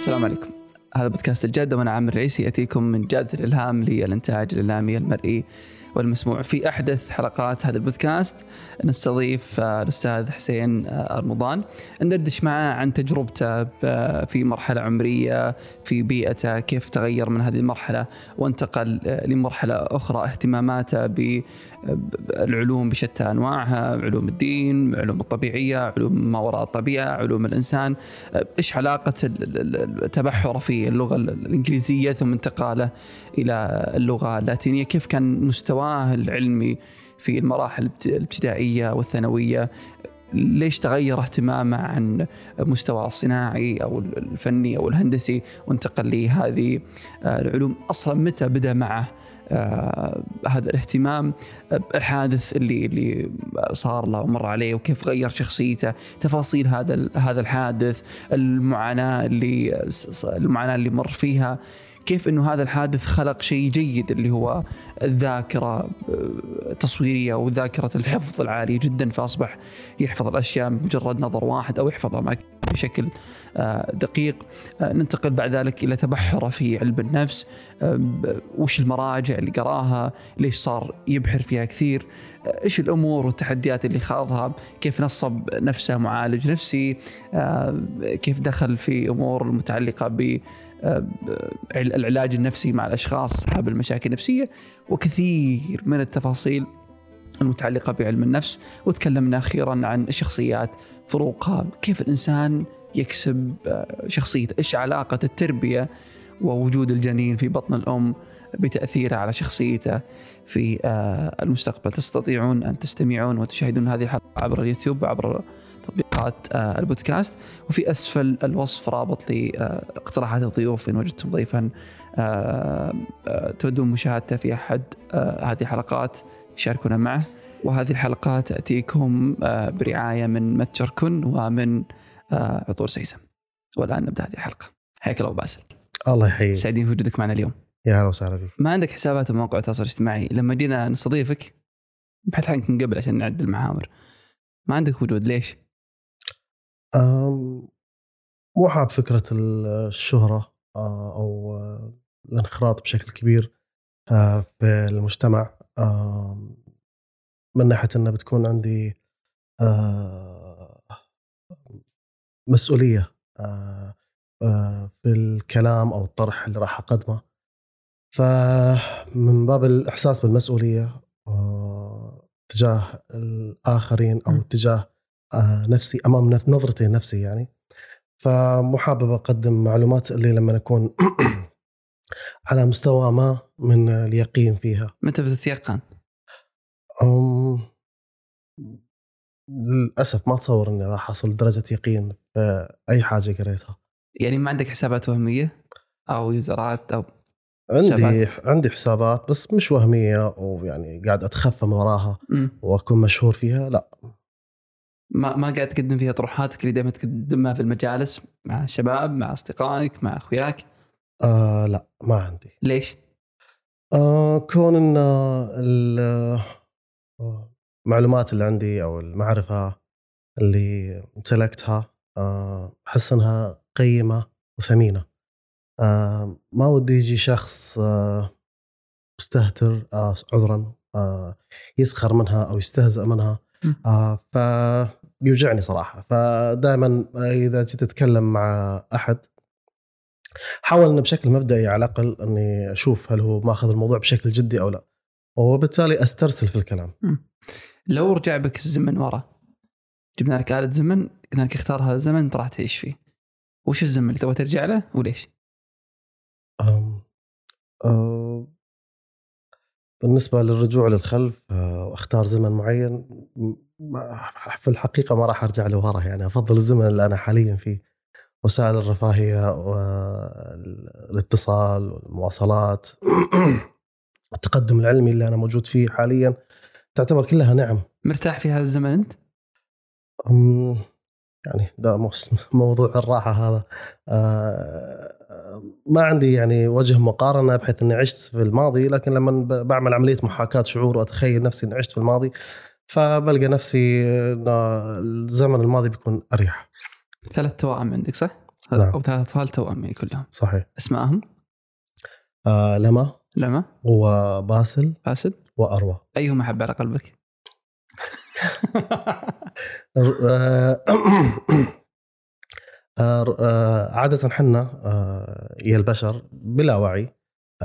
السلام عليكم. هذا بودكاست الجادة وأنا عامر العيسي أتيكم من جادة الإلهام للإنتاج الإعلامي المرئي والمسموع. في أحدث حلقات هذا البودكاست نستضيف الأستاذ حسين رمضان، ندردش معه عن تجربته في مرحلة عمرية في بيئته، كيف تغير من هذه المرحلة وانتقل لمرحلة أخرى، اهتماماته بالعلوم بشتى أنواعها، علوم الدين، علوم الطبيعية، علوم ما وراء الطبيعة، علوم الإنسان، إيش علاقة التبحر في اللغة الإنجليزية ثم انتقاله إلى اللغة اللاتينية، كيف كان مستواه العلمي في المراحل الابتدائية والثانوية، ليش تغير اهتمامه عن مستوى الصناعي أو الفني أو الهندسي وانتقل لهذه العلوم، أصلا متى بدأ معه هذا الاهتمام، الحادث اللي صار له ومر عليه وكيف غير شخصيته، تفاصيل هذا الحادث، المعاناة اللي مر فيها، كيف إنه هذا الحادث خلق شيء جيد اللي هو الذاكرة التصويرية وذاكرة الحفظ العالية جدا، فأصبح يحفظ الأشياء بمجرد نظر واحد أو يحفظها بشكل دقيق. ننتقل بعد ذلك إلى تبحر في علم النفس، وش المراجع اللي قراها، ليش صار يبحر فيها كثير، إيش الأمور والتحديات اللي خاضها، كيف نصب نفسه معالج نفسي، كيف دخل في أمور المتعلقة بالعلاج النفسي مع الأشخاص أصحاب المشاكل النفسية، وكثير من التفاصيل المتعلقة بعلم النفس. وتكلمنا أخيرا عن الشخصيات، فروقها، كيف الإنسان يكسب شخصيته، إيش علاقة التربية ووجود الجنين في بطن الأم بتأثيره على شخصيته في المستقبل. تستطيعون أن تستمعون وتشاهدون هذه الحلقة عبر اليوتيوب وعبر تطبيقات البودكاست، وفي أسفل الوصف رابط لاقتراحات الضيوف إن وجدتم ضيفا تودون مشاهدته في أحد هذه الحلقات شاركونا معه. وهذه الحلقات تأتيكم برعاية من متجركن ومن عطور سيسم. والآن نبدأ هذه الحلقة. حياك الله باسل. الله يحييك، سعيدين في وجودك معنا اليوم. يا هلا وسهلا فيك. ما عندك حسابات ومواقع التواصل الاجتماعي؟ لما جينا نستضيفك بحث عنك من قبل عشان نعدل المحاور، ما عندك وجود، ليش؟ مو حاب فكرة الشهرة أو الانخراط بشكل كبير في المجتمع، من ناحية أنه بتكون عندي مسؤولية في الكلام أو الطرح اللي راح أقدمه، فمن باب الإحساس بالمسؤولية تجاه الآخرين أو تجاه نفسي، أمام نظرتي لنفسي يعني، فمحابب أقدم معلومات اللي لما نكون على مستوى ما من اليقين فيها. متى بتتيقن؟ للأسف ما أتصور أني راح أصل درجة يقين في أي حاجة قريتها. يعني ما عندك حسابات وهمية أو يوزرات أو عندي حسابات بس مش وهمية، ويعني قاعد أتخفى من وراها وأكون مشهور فيها، لا. ما قاعد تقدم فيها طروحاتك اللي دائما تقدمها في المجالس مع الشباب، مع أصدقائك، مع أخوياك؟ لا، ما عندي. ليش؟ كون أن المعلومات اللي عندي أو المعرفة اللي امتلكتها أحس أنها قيمة وثمينة. ما ودي يجي شخص مستهتر عذرا يسخر منها أو يستهزأ منها، فبيوجعني صراحة. فدائما إذا جيت أتكلم مع أحد حاول أن بشكل مبدئي على الأقل أني أشوف هل هو ماخذ الموضوع بشكل جدي أو لا، وبالتالي أسترسل في الكلام. لو رجع بك الزمن ورا، جبنا لك آلة زمن، قلنا لك اختار هذا الزمن راح تعيش فيه، وش الزمن اللي تبغى ترجع له وليش؟ بالنسبة للرجوع للخلف واختار زمن معين، في الحقيقة ما راح أرجع لورا، يعني أفضل الزمن اللي أنا حاليا فيه. وسائل الرفاهية والاتصال والمواصلات التقدم العلمي اللي أنا موجود فيه حاليا تعتبر كلها نعم. مرتاح في هذا الزمن أنت؟ يعني ده موضوع الراحة هذا. ما عندي يعني وجه مقارنة بحيث أني عشت في الماضي، لكن لما بعمل عملية محاكاة شعور وأتخيل نفسي أني عشت في الماضي، فبلقى نفسي أن الزمن الماضي بيكون أريح. 3 توائم عندك صح؟ نعم. أو 3 أطفال توأم يعني كلهم. صحيح. اسمائهم؟ لما وباسل باسل وأروى. أيهم أحب على قلبك؟ عادة حنا يا البشر بلا وعي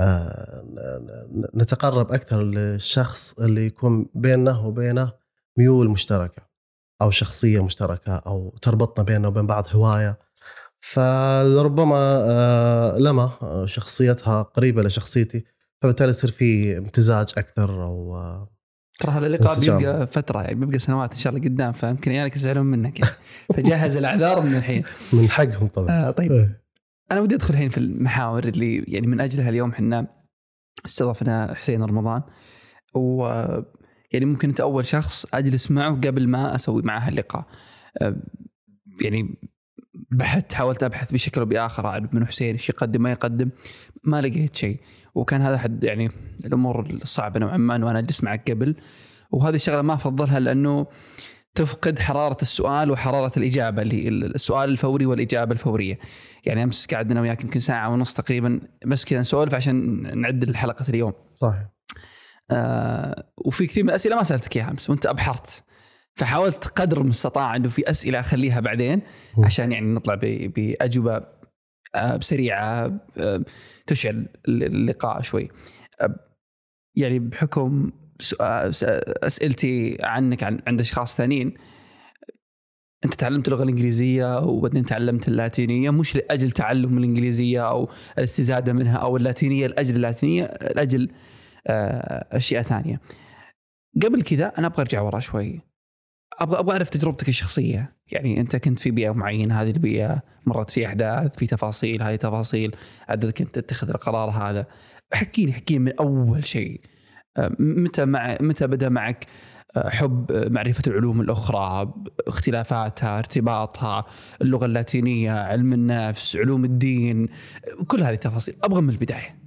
نتقرب أكثر للشخص اللي يكون بيننا وبينه ميول مشتركة أو شخصية مشتركة أو تربطنا بيننا وبين بعض هواية. فلربما لما شخصيتها قريبة لشخصيتي، فبالتالي يصير في امتزاج أكثر أو ترى هذا اللقاء بيبقى فترة يعني بيبقى سنوات إن شاء الله قدام، فيمكن عيالك يزعلون منك يعني. فجهز الأعذار من الحين. من حقهم طبعا. طيب أنا ودي أدخل الحين في المحاور اللي يعني من أجلها اليوم حنا استضفنا حسين رمضان، ويعني ممكن أنت أول شخص أجلس معه قبل ما أسوي معه اللقاء. يعني حاولت أبحث بشكل أو بآخر أعرف من حسين إيش يقدم ما يقدم، ما لقيت شيء. وكان هذا حد يعني الأمور الصعبة نوعا ما وأنا أجلس معك قبل، وهذه الشغلة ما أفضلها لأنه تفقد حرارة السؤال وحرارة الإجابة، اللي السؤال الفوري والإجابة الفورية. يعني أمس قعدنا وياك يمكن 1.5 ساعة تقريبا بس كذا نسولف عشان نعدل حلقة اليوم. صحيح. وفي كثير من الأسئلة ما سألتك إياها أمس وأنت أبحرت، فحاولت قدر المستطاع إنه في أسئلة أخليها بعدين عشان يعني نطلع بأجوبة سريعة تشعل اللقاء شوي. يعني بحكم أسئلتي عنك عند أشخاص ثانيين، أنت تعلمت اللغة الإنجليزية وبعدين تعلمت اللاتينية، مش لأجل تعلم الإنجليزية أو الاستزادة منها، أو اللاتينية لأجل اللاتينية لأجل أشياء ثانية. قبل كذا أنا أبغى أرجع ورا شوي، أبغى أعرف تجربتك الشخصية. يعني أنت كنت في بيئة معينة، هذه البيئة مرت في أحداث، في تفاصيل، هذه تفاصيل عدد كنت تتخذ القرار هذا. حكي لي من أول شيء، متى بدأ معك حب معرفة العلوم الأخرى، اختلافاتها، ارتباطها، اللغة اللاتينية، علم النفس، علوم الدين، كل هذه التفاصيل أبغى من البداية.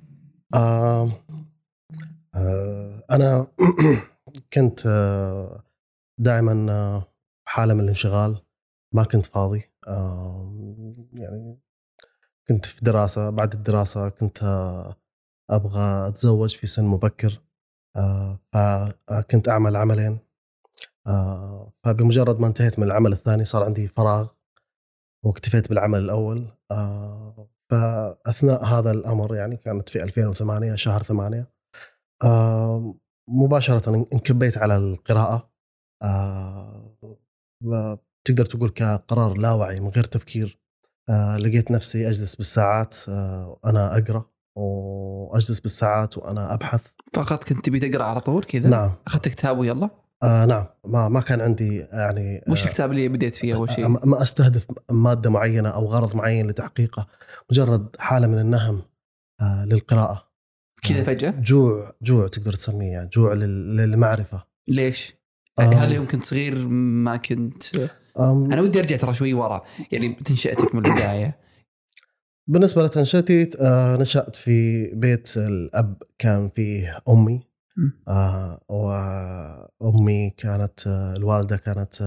أنا كنت دائما حالة من الانشغال، ما كنت فاضي. يعني كنت في دراسة، بعد الدراسة كنت أبغى أتزوج في سن مبكر، فكنت أعمل عملين. فبمجرد ما انتهيت من العمل الثاني صار عندي فراغ واكتفيت بالعمل الأول. فأثناء هذا الأمر يعني كانت في 2008 شهر 8 مباشرة انكبيت على القراءة. وتقدر تقول كقرار لا وعي من غير تفكير. لقيت نفسي أجلس بالساعات أنا أقرأ، وأجلس بالساعات وأنا أبحث. فقط كنت تبي تقرأ على طول كذا؟ نعم. أخذت كتاب ويلا؟ نعم. ما كان عندي يعني وش الكتاب اللي بديت فيه أول شيء؟ ما أستهدف مادة معينة أو غرض معين لتحقيقه، مجرد حالة من النهم للقراءة كذا فجأة. جوع تقدر تسميه، يعني جوع للمعرفة. ليش؟ هل يوم كنت صغير ما كنت أنا ودي أرجع ترى شوي ورا، يعني تنشأتك من البداية. بالنسبة لتنشأتي نشأت في بيت الأب كان فيه أمي. وأمي كانت الوالدة كانت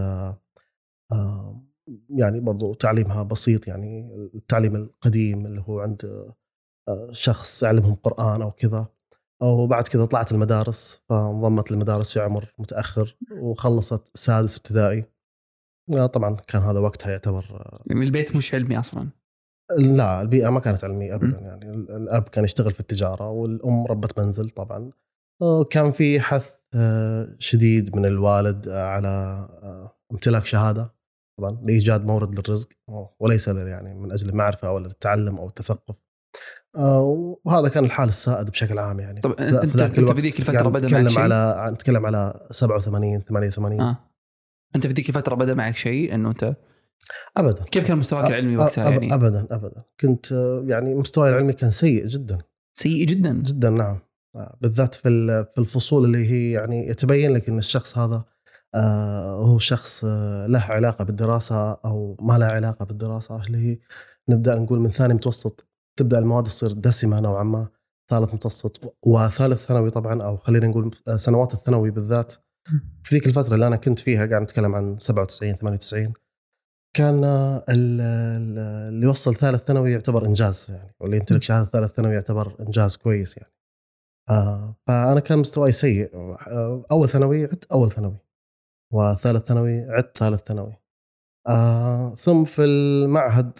يعني برضو تعليمها بسيط، يعني التعليم القديم اللي هو عند شخص يعلمهم قرآن أو كذا. وبعد كذا طلعت المدارس، فانضمت المدارس في عمر متأخر وخلصت 6 ابتدائي. طبعا كان هذا وقتها يعتبر يعني البيت مش علمي أصلا. لا، البيئة ما كانت علمية أبدا. يعني الأب كان يشتغل في التجارة والأم ربة منزل. طبعا كان في حث شديد من الوالد على امتلاك شهادة، طبعا لإيجاد مورد للرزق وليس يعني من أجل المعرفة أو التعلم أو التثقف. وهذا كان الحال السائد بشكل عام. يعني طب أنت في ذيك الفترة بدأ معك شيء؟ نتكلم على 87 88. أنت في ذيك الفترة بدأ معك شيء إنه أنت أبدا؟ كيف كان مستواك العلمي وقتها؟ يعني أبدا كنت يعني مستواي العلمي كان سيء جدا. سيء جدا جدا. نعم. بالذات في الفصول اللي هي يعني يتبين لك إن الشخص هذا هو شخص له علاقة بالدراسة أو ما له علاقة بالدراسة. اللي هي نبدأ نقول من ثاني متوسط تبدأ المواد تصير دسمة نوعا ما، ثالث متوسط وثالث ثانوي طبعا، أو خلينا نقول سنوات الثانوي بالذات. في ذيك الفترة اللي أنا كنت فيها قاعد نتكلم عن 97 98 كان اللي وصل ثالث ثانوي يعتبر إنجاز يعني، واللي يمتلك شهادة ثالث ثانوي يعتبر إنجاز كويس يعني. فأنا كان مستواي سيء. أول ثانوي عدت أول ثانوي، وثالث ثانوي عدت ثالث ثانوي. ثم في المعهد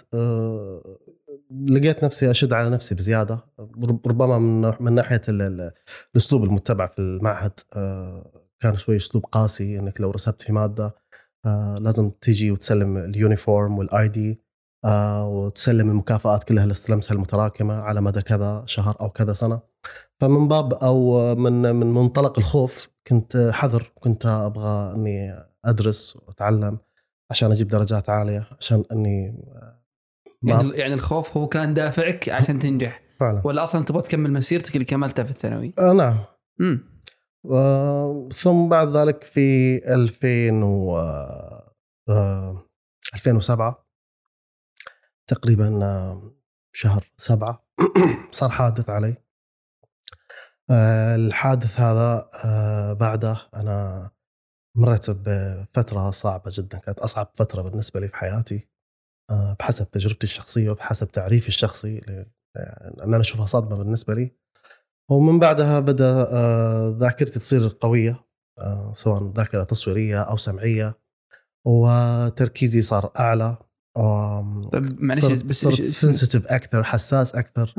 لقيت نفسي أشد على نفسي بزيادة، ربما من ناحية الأسلوب المتبع في المعهد. كان شوي أسلوب قاسي، إنك لو رسبت في مادة لازم تيجي وتسلم اليونيفورم والاي دي، وتسلم المكافآت كلها اللي استلمتها المتراكمة على مدى كذا شهر أو كذا سنة. فمن باب أو من منطلق الخوف كنت حذر، كنت أبغى أني أدرس وأتعلم عشان أجيب درجات عالية، عشان أني يعني الخوف هو كان دافعك عشان تنجح فعلا. ولا أصلا تبغى تكمل مسيرتك اللي كملتها في الثانوي؟ نعم. ثم بعد ذلك في 2007 تقريبا شهر 7 صار حادث علي. الحادث هذا بعده أنا مريت بفترة صعبة جدا، كانت أصعب فترة بالنسبة لي في حياتي بحسب تجربتي الشخصية وبحسب تعريفي الشخصي، أن أنا أشوفها صدمة بالنسبة لي. ومن بعدها بدأ ذاكرتي تصير قوية، سواء ذاكرة تصويرية أو سمعية، وتركيزي صار أعلى. صرت سنسيتيف أكثر، حساس أكثر.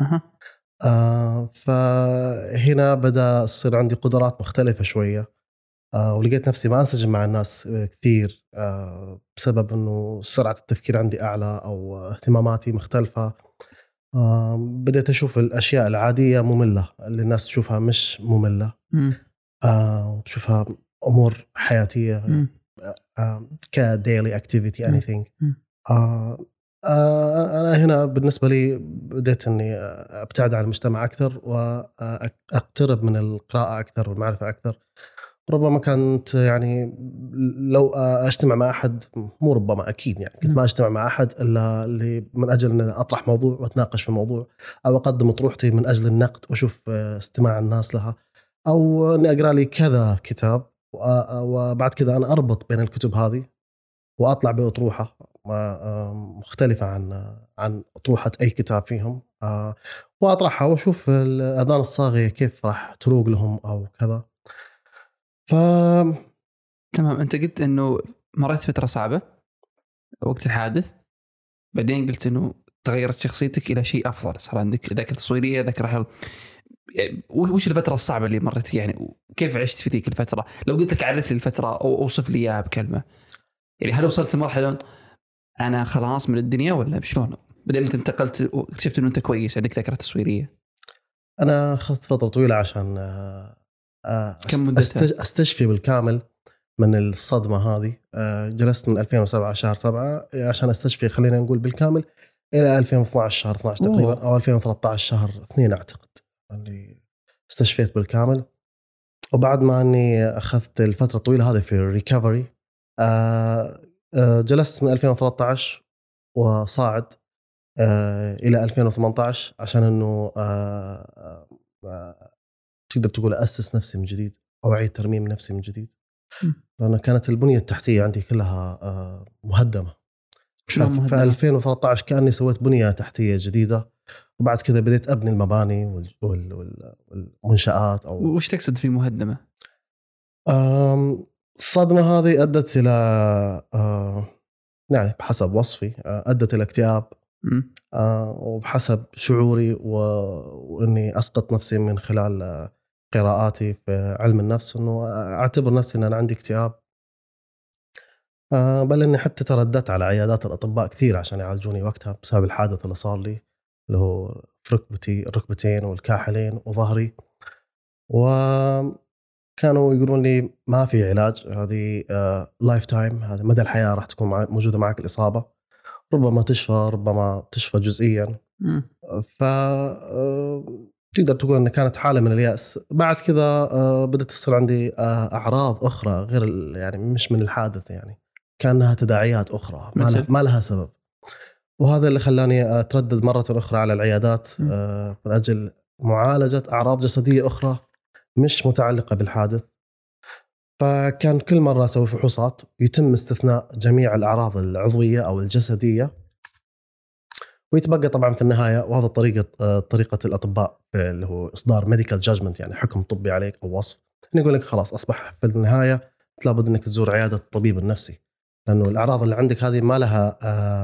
فهنا بدأ يصير عندي قدرات مختلفة شوية، ولقيت نفسي ما أنسجم مع الناس كثير بسبب أنه سرعة التفكير عندي أعلى أو اهتماماتي مختلفة. بدأت أشوف الأشياء العادية مملة اللي الناس تشوفها مش مملة، وتشوفها أمور حياتية كديلي أكتيفيتي anything. أنا هنا بالنسبة لي بديت أني أبتعد عن المجتمع أكثر وأقترب من القراءة أكثر والمعرفة أكثر. ربما كانت يعني لو أجتمع مع أحد، مو ربما أكيد يعني كنت ما أجتمع مع أحد إلا اللي من أجل أن أطرح موضوع وأتناقش في الموضوع، أو أقدم أطروحتي من أجل النقد وأشوف استماع الناس لها، أو أني أقرأ لي كذا كتاب وبعد كذا أنا أربط بين الكتب هذه وأطلع بأطروحة مختلفة عن أطروحة أي كتاب فيهم، وأطرحها وأشوف الأذان الصاغية كيف راح تروق لهم أو كذا. تمام. أنت قلت أنه مريت فترة صعبة وقت الحادث، بعدين قلت أنه تغيرت شخصيتك إلى شيء أفضل، صار عندك ذاكرة تصويرية، ذاكرة وش الفترة الصعبة اللي مرت يعني وكيف عشت في ذيك الفترة؟ لو قلت لك عرف لي الفترة أو أوصف لي إياها بكلمة، يعني هل وصلت لمرحلة أنا خلاص من الدنيا ولا شلون؟ بعدين أنت انتقلت واكتشفت أنه أنت كويس عندك ذاكرة تصويرية. أنا أخذت فترة طويلة عشان أستشفي بالكامل من الصدمة هذه. جلست من 2007 شهر 7 عشان أستشفي، خلينا نقول بالكامل، إلى 2012 شهر 12 تقريبا، أو 2013 شهر 2 أعتقد اللي استشفيت بالكامل. وبعد ما أني أخذت الفترة الطويلة هذه في الريكفري، جلست من 2013 وصاعد إلى 2018 عشان أنه تقدر تقول أسس نفسي من جديد أو أعيد ترميم نفسي من جديد، لأن كانت البنية التحتية عندي كلها مهدمة. في 2013 كأني سويت بنية تحتية جديدة، وبعد كذا بديت أبني المباني والمنشآت. أو وش تقصد في مهدمة؟ الصدمة هذه أدت إلى يعني بحسب وصفي أدت إلى اكتئاب، وبحسب شعوري وإني أسقط نفسي من خلال قراءاتي في علم النفس، إنه أعتبر نفسي إن أنا عندي اكتئاب. بل إني حتى ترددت على عيادات الأطباء كثير عشان يعالجوني وقتها بسبب الحادث اللي صار لي، اللي هو في الركبتين والكاحلين وظهري، وكانوا يقولون لي ما في علاج، هذه لايف تايم، هذا مدى الحياة راح تكون موجودة معك الإصابة، ربما تشفى جزئيا. تقدر تقول أن كانت حالة من اليأس. بعد كذا بدأت تصير عندي أعراض أخرى غير يعني مش من الحادث، يعني كأنها تداعيات أخرى ما لها سبب، وهذا اللي خلاني أتردد مرة أخرى على العيادات من أجل معالجة أعراض جسدية أخرى مش متعلقة بالحادث. فكان كل مرة أسوي فحوصات يتم استثناء جميع الأعراض العضوية أو الجسدية، ويتبقى طبعا في النهاية، وهذا طريقة الأطباء اللي هو إصدار medical judgment، يعني حكم طبي عليك أو وصف، إنه يقول لك خلاص أصبح في النهاية لابد إنك تزور عيادة الطبيب النفسي، لأنه الأعراض اللي عندك هذه ما لها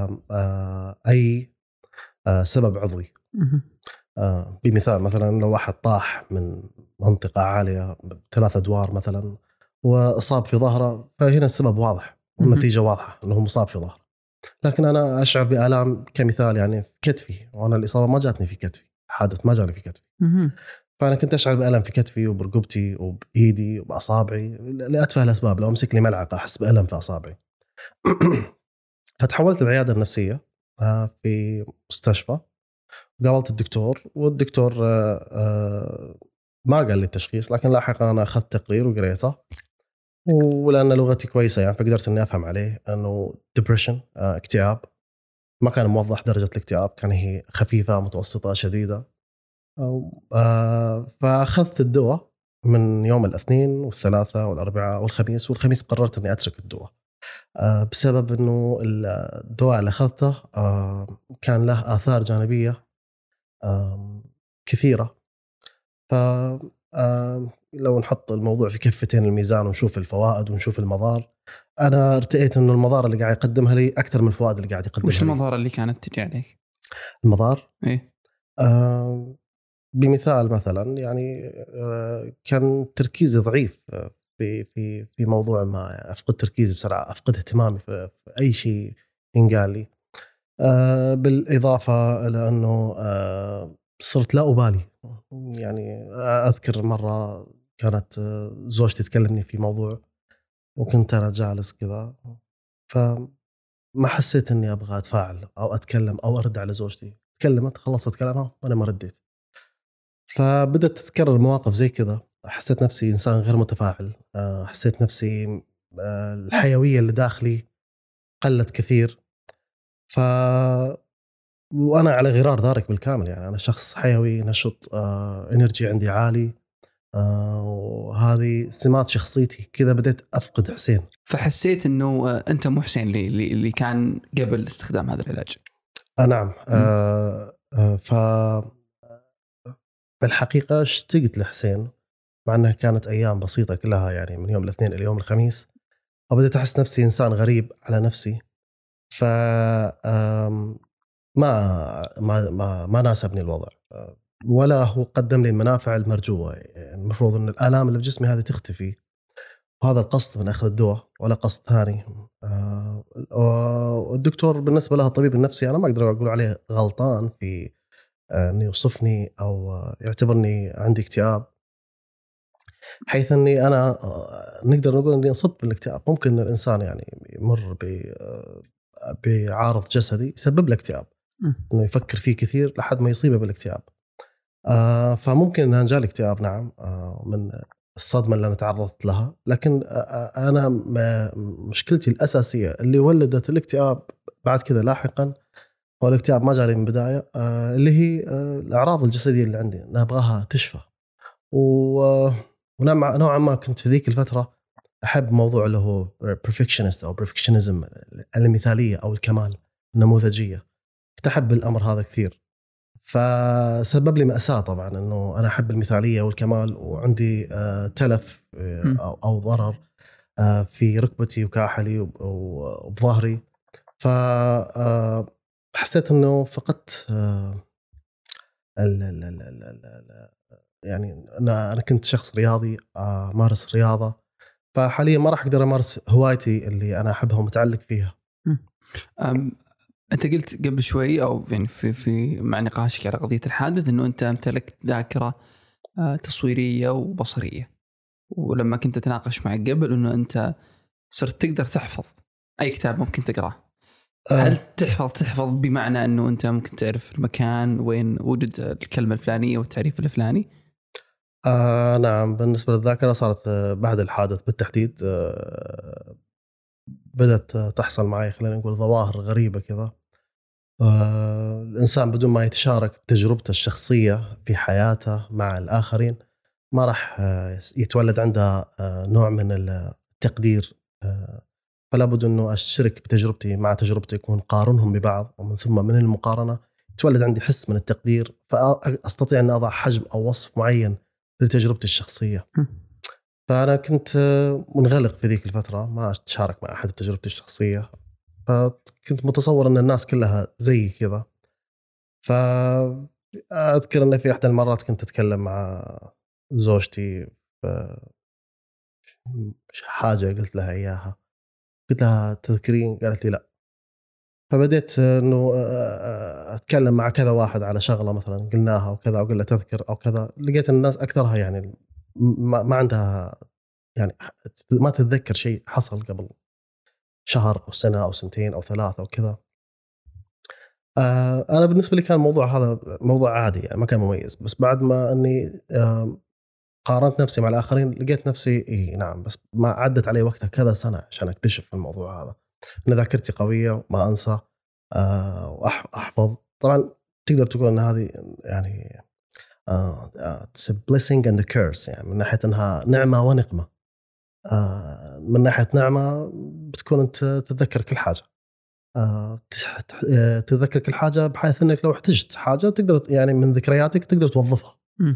أي سبب عضوي. بمثال مثلا لو واحد طاح من منطقة عالية 3 أدوار مثلا وأصاب في ظهره، فهنا السبب واضح والنتيجة واضحة أنه مصاب في ظهره. لكن أنا أشعر بآلام كمثال يعني في كتفي، وأنا الإصابة ما جاتني في كتفي، حادث ما جاني في كتفي. فأنا كنت أشعر بألم في كتفي وبرقبتي وبإيدي وبأصابعي لأتفه الأسباب. لو أمسك لي ملعقة أحس بألم في أصابعي. فتحولت العيادة النفسية في مستشفى، قابلت الدكتور، والدكتور ما قال لي التشخيص، لكن لاحقا أنا أخذت تقرير وقريته، ولأن لغتي كويسة يعني فقدرت أني أفهم عليه أنه depression، اكتئاب. ما كان موضح درجة الاكتئاب، كان هي خفيفة متوسطة شديدة. فأخذت الدواء من يوم الاثنين والثلاثاء والأربعاء والخميس، والخميس قررت أني أترك الدواء بسبب أنه الدواء اللي أخذته كان له آثار جانبية كثيرة. لو نحط الموضوع في كفتين الميزان ونشوف الفوائد ونشوف المضار، أنا ارتئيت أنه المضار اللي قاعد يقدمها لي أكثر من الفوائد اللي قاعد يقدمها لي. وش المضار اللي كانت تجي عليك؟ المضار؟ إيه؟ بمثال مثلا يعني كان تركيزي ضعيف في موضوع ما، أفقد تركيزي بسرعة، أفقد اهتمامي في أي شيء ينقال لي. بالإضافة إلى أنه صرت لا أبالي. يعني أذكر مرة كانت زوجتي تكلمني في موضوع وكنت أنا جالس كذا، فما حسيت أني أبغى أتفاعل أو أتكلم أو أرد على زوجتي. تكلمت، خلصت كلامها وأنا ما رديت. فبدأت تتكرر مواقف زي كذا، حسيت نفسي إنسان غير متفاعل. حسيت نفسي الحيوية اللي داخلي قلت كثير. وأنا على غرار ذلك بالكامل، يعني أنا شخص حيوي نشط، إنرجي عندي عالي، وهذه سمات شخصيتي. كذا بديت أفقد حسين. فحسيت أنه أنت مو حسين اللي كان قبل استخدام هذا العلاج. نعم. بالحقيقة اشتقت لحسين، مع أنها كانت أيام بسيطة كلها، يعني من يوم الاثنين إلى يوم الخميس، وبدأت أحس نفسي إنسان غريب على نفسي. ف ما ناسبني الوضع، ولا هو قدم لي المنافع المرجوة. يعني المفروض أن الآلام اللي بجسمي هذه تختفي، وهذا القصد من أخذ الدواء ولا قصد ثاني. والدكتور بالنسبة له الطبيب النفسي أنا ما أقدر أقول عليه غلطان في أن يوصفني أو يعتبرني عندي اكتئاب، حيث أني أنا نقدر نقول أني أصبت بالاكتئاب. ممكن الإنسان يعني يمر بعارض جسدي يسبب له اكتئاب، إنه يفكر فيه كثير لحد ما يصيبه بالاكتئاب. فممكن أن جالي اكتئاب، نعم، من الصدمة اللي أنا تعرضت لها. لكن أنا مشكلتي الأساسية اللي ولدت الاكتئاب بعد كذا لاحقا، هو الاكتئاب ما جالي من بداية، اللي هي الأعراض الجسدية اللي عندي نبغاها تشفى. ونوعا ما كنت في ذيك الفترة أحب موضوع اللي هو perfectionist أو perfectionism، المثالية أو الكمال، النموذجية. كنت أحب الأمر هذا كثير، فسبب لي مأساة طبعا أنه أنا أحب المثالية والكمال، وعندي تلف أو ضرر في ركبتي وكاحلي وبظهري. فحسيت أنه فقدت يعني أنا كنت شخص رياضي، مارس رياضة، فحاليا ما راح أقدر أمارس هوايتي اللي أنا أحبها ومتعلق فيها. أنت قلت قبل شوي أو يعني في مع نقاشك على قضية الحادث إنه أنت امتلكت ذاكرة تصويرية وبصرية، ولما كنت أتناقش معك قبل إنه أنت صرت تقدر تحفظ أي كتاب ممكن تقرأه. هل تحفظ بمعنى أنه أنت ممكن تعرف المكان وين وجد الكلمة الفلانية والتعريف الفلاني؟ نعم، بالنسبة للذاكرة صارت بعد الحادث بالتحديد. بدأت تحصل معي، خلينا نقول، ظواهر غريبة كذا. الإنسان بدون ما يتشارك بتجربته الشخصية في حياته مع الآخرين ما راح يتولد عنده نوع من التقدير. فلا بد أنه أشترك بتجربتي مع تجربتك ونقارنهم ببعض، ومن ثم من المقارنة يتولد عندي حس من التقدير، فأستطيع أن أضع حجم أو وصف معين لتجربتي الشخصية. فأنا كنت منغلق في ذيك الفترة، ما أتشارك مع أحد بتجربتي الشخصية، فكنت متصور أن الناس كلها زي كذا. فأذكر أن في إحدى المرات كنت أتكلم مع زوجتي حاجة قلت لها إياها، قلت لها تذكرين؟ قالت لي لا. فبديت أنه أتكلم مع كذا واحد على شغلة مثلا قلناها وكذا، وقل له تذكر أو كذا، لقيت الناس أكثرها يعني ما عندها، يعني ما تتذكر شيء حصل قبل شهر أو سنة أو سنتين أو ثلاثة وكذا. أنا بالنسبة لي كان الموضوع هذا موضوع عادي، يعني ما كان مميز. بس بعد ما أني قارنت نفسي مع الآخرين لقيت نفسي إيه نعم، بس ما عدت علي وقتها كذا سنة عشان أكتشف الموضوع هذا، أن ذاكرتي قوية وما أنسى وأحفظ. طبعا تقدر تقول أن هذه يعني it's a blessing and a curse، يعني من ناحية أنها نعمة ونقمة. من ناحية نعمة بتكون أنت تتذكر كل حاجة، تتذكر كل حاجة بحيث أنك لو احتجت حاجة تقدر يعني من ذكرياتك تقدر توظفها.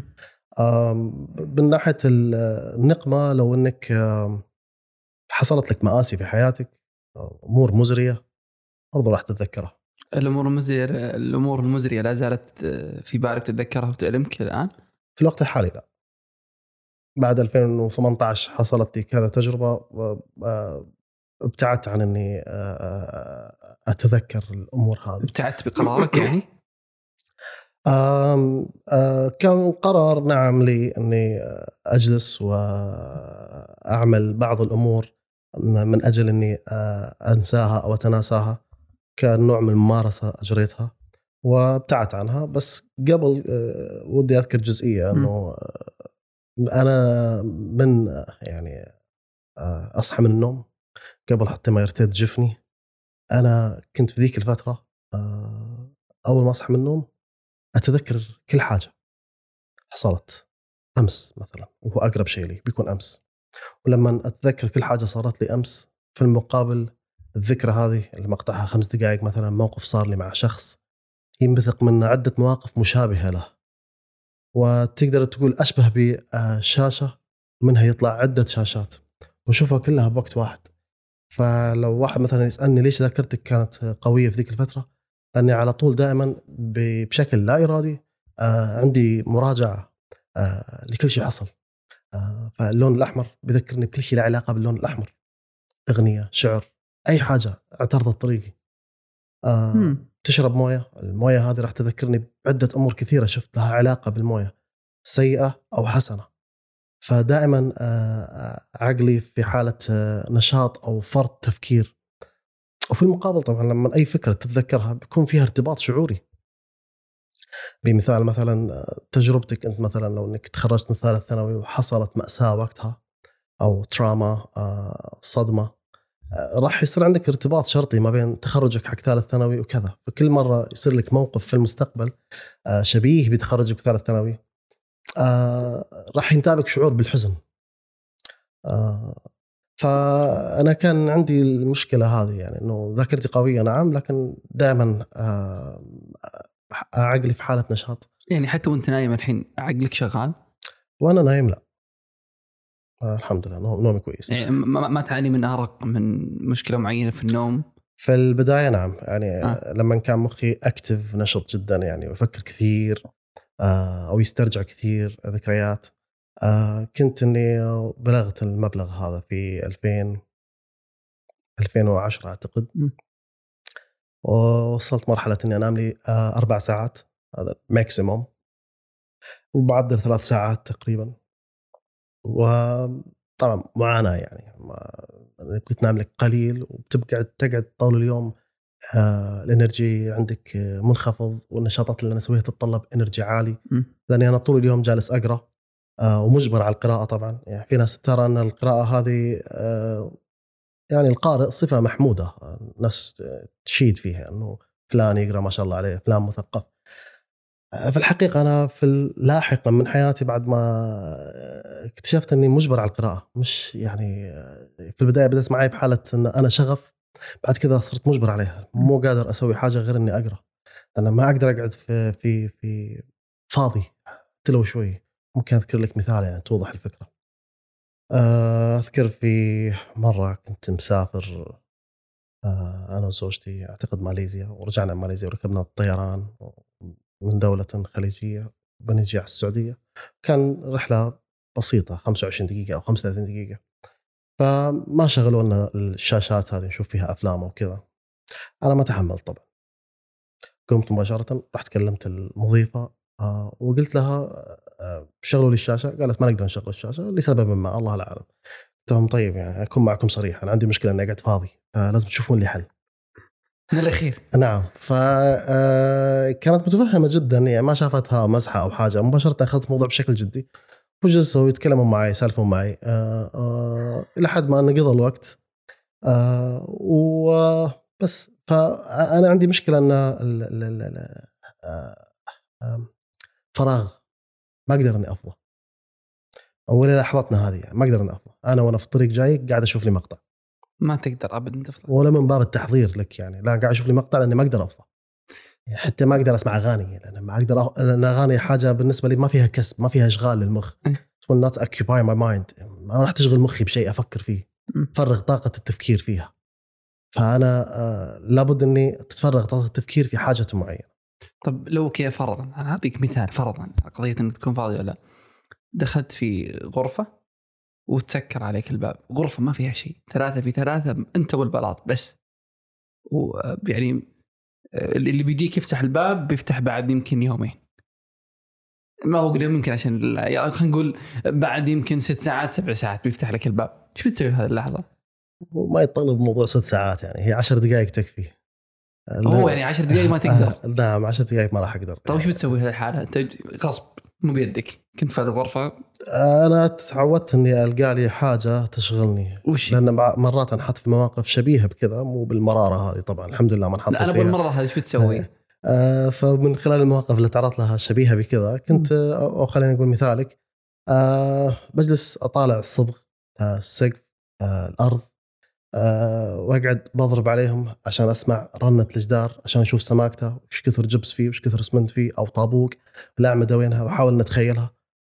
من ناحية النقمة لو أنك حصلت لك مآسي في حياتك، أمور مزرية، برضو راح تتذكرها. الأمور المزرية لا زالت في بالك تتذكرها وتألمك الآن؟ في الوقت الحالي لا. بعد 2018 حصلت لي كذا تجربة، ابتعدت عن أني أتذكر الأمور هذه. ابتعدت بقرارك يعني؟ كان قرار نعم لي أني أجلس وأعمل بعض الأمور من أجل أني أنساها أو أتناساها، كان نوع من الممارسة أجريتها وابتعدت عنها. بس قبل ودي أذكر جزئية أنه أنا من يعني أصحى من النوم قبل حتى ما يرتد جفني، أنا كنت في ذيك الفترة أول ما أصحى من النوم أتذكر كل حاجة حصلت أمس مثلا، وهو أقرب شيء لي بيكون أمس. ولما أتذكر كل حاجة صارت لي أمس، في المقابل الذكرى هذه اللي مقطعها 5 دقائق مثلا، موقف صار لي مع شخص ينبثق من عدة مواقف مشابهة له، وتقدر تقول أشبه بشاشة منها يطلع عدة شاشات وشوفها كلها بوقت واحد. فلو واحد مثلا يسألني ليش ذاكرتك كانت قوية في ذيك الفترة، لأني على طول دائما بشكل لا إرادي عندي مراجعة لكل شيء حصل. فاللون الأحمر بذكرني بكل شيء له علاقة باللون الأحمر، أغنية، شعر، أي حاجة اعترضت طريقي. تشرب موية، الموية هذه راح تذكرني بعدة أمور كثيرة شفت لها علاقة بالموية، سيئة أو حسنة. فدائما عقلي في حالة نشاط أو فرط تفكير. وفي المقابل طبعا لما أي فكرة تتذكرها بيكون فيها ارتباط شعوري. بمثال مثلا تجربتك أنت مثلا لو أنك تخرجت من ثالث ثانوي وحصلت مأساة وقتها أو تراما، صدمة، راح يصير عندك ارتباط شرطي ما بين تخرجك حق ثالث ثانوي وكذا. فكل مرة يصير لك موقف في المستقبل شبيه بتخرجك ثالث ثانوي راح ينتابك شعور بالحزن. فأنا كان عندي المشكلة هذه، يعني أنه ذاكرتي قوية نعم، لكن دائما عقلي في حالة نشاط. يعني حتى وانت نايم الحين عقلك شغال؟ وأنا نايم لا، الحمد لله نومي كويس. يعني ما تعاني من أرق، من مشكلة معينة في النوم؟ في البداية نعم، يعني لما كان مخي أكتف نشط جدا، يعني ويفكر كثير أو يسترجع كثير ذكريات. كنت أني بلغت المبلغ هذا في 2010 أعتقد. ووصلت مرحلة أني أنام لي 4 ساعات، هذا ماكسيموم، وبعد 3 ساعات تقريبا. وطبعا معاناة، يعني بتنام لك قليل وتقعد طول اليوم الانرجي عندك منخفض، والنشاطات اللي أنا أسويها تتطلب انرجي عالي، لأني أنا طول اليوم جالس أقرأ ومجبر على القراءة. طبعا يعني في ناس ترى أن القراءة هذه يعني القارئ صفة محمودة، ناس تشيد فيها أنه فلان يقرأ ما شاء الله عليه، فلان مثقف. في الحقيقة أنا في لاحقا من حياتي بعد ما اكتشفت أني مجبر على القراءة، مش يعني في البداية بدأت معي بحالة أن أنا شغف، بعد كذا صرت مجبر عليها، مو قادر أسوي حاجة غير أني أقرأ. أنا ما أقدر أقعد في فاضي حتى لو شوي. ممكن أذكر لك مثال يعني توضح الفكرة. أذكر في مرة كنت مسافر أنا وزوجتي أعتقد ماليزيا، ورجعنا من ماليزيا وركبنا الطيران من دولة خليجية بنجي على السعودية. كان رحلة بسيطة 25 دقيقة أو 35 دقيقة، فما شغلوا لنا الشاشات هذه نشوف فيها أفلام وكذا. أنا ما تحملت طبعا، قمت مباشرة رحت كلمت المضيفة وقلت لها شغلوا لي الشاشة. قالت ما نقدر نشغل الشاشة لسبب ما الله العالم. قلت لهم طيب يعني أكون معكم صريح، أنا عندي مشكلة أني قاعد فاضي، لازم تشوفون لي حل من الأخير. نعم. فكانت متفهمة جدا، يعني ما شافتها مزحة أو حاجة، مباشرة أخذت الموضوع بشكل جدي وجلسوا يتكلموا معي يسالفون معي إلى حد ما أن قضى الوقت وبس. فأنا عندي مشكلة أن فراغ ما أقدر أني أفضى، أول لحظتنا هذه يعني ما أقدر أني أفضى. أنا وأنا في الطريق جاي قاعد أشوف لي مقطع، ما تقدر أبدا تفضل، ولا من باب التحضير لك يعني، لا قاعد أشوف لي مقطع لأني ما أقدر أفضى. حتى ما أقدر أسمع أغاني لأن ما أقدر لأن أغاني حاجة بالنسبة لي ما فيها كسب، ما فيها إشغال للمخ. will not occupy my mind، ما راح تشغل مخي بشيء أفكر فيه، فرغ طاقة التفكير فيها. فأنا لابد أني تتفرغ طاقة التفكير في حاجة معينة. طب لو كيف فرضا، أنا أعطيك مثال، فرضا قضية أنك تكون فاضي ولا لا، دخلت في غرفة وتسكر عليك الباب، غرفة ما فيها شيء، 3 في 3 أنت والبلاط بس، ويعني اللي بيجيك يفتح الباب بيفتح بعد يمكن يومين، ما أقول يمكن عشان يعني خلينا نقول بعد يمكن 6 ساعات 7 ساعات بيفتح لك الباب، إيش بتسوي هذه اللحظة؟ وما يتطلب موضوع 6 ساعات، يعني هي 10 دقائق تكفي. هو يعني 10 دقائق ما تقدر؟ نعم 10 دقائق ما راح أقدر. طيب وش بتسوي هذه الحالة؟ أنت غصب مو بيدك، كنت في هذه الغرفة. أنا تعودت أني ألقى لي حاجة تشغلني، لأن مرات انحط في مواقف شبيهة بكذا، مو بالمرارة هذه طبعا الحمد لله ما انحط فيها. لا أنا بالمرة هذه شو بتسوي؟ فمن خلال المواقف اللي تعرضت لها شبيهة بكذا كنت أو خلينا نقول مثالك بجلس أطالع الصبغ، السقف، الأرض، وأقعد بضرب عليهم عشان أسمع رنة الجدار، عشان أشوف سماكته، وش كثر جبس فيه، وش كثر اسمنت فيه أو طابوق، الأعمدة وينها، وأحاول نتخيلها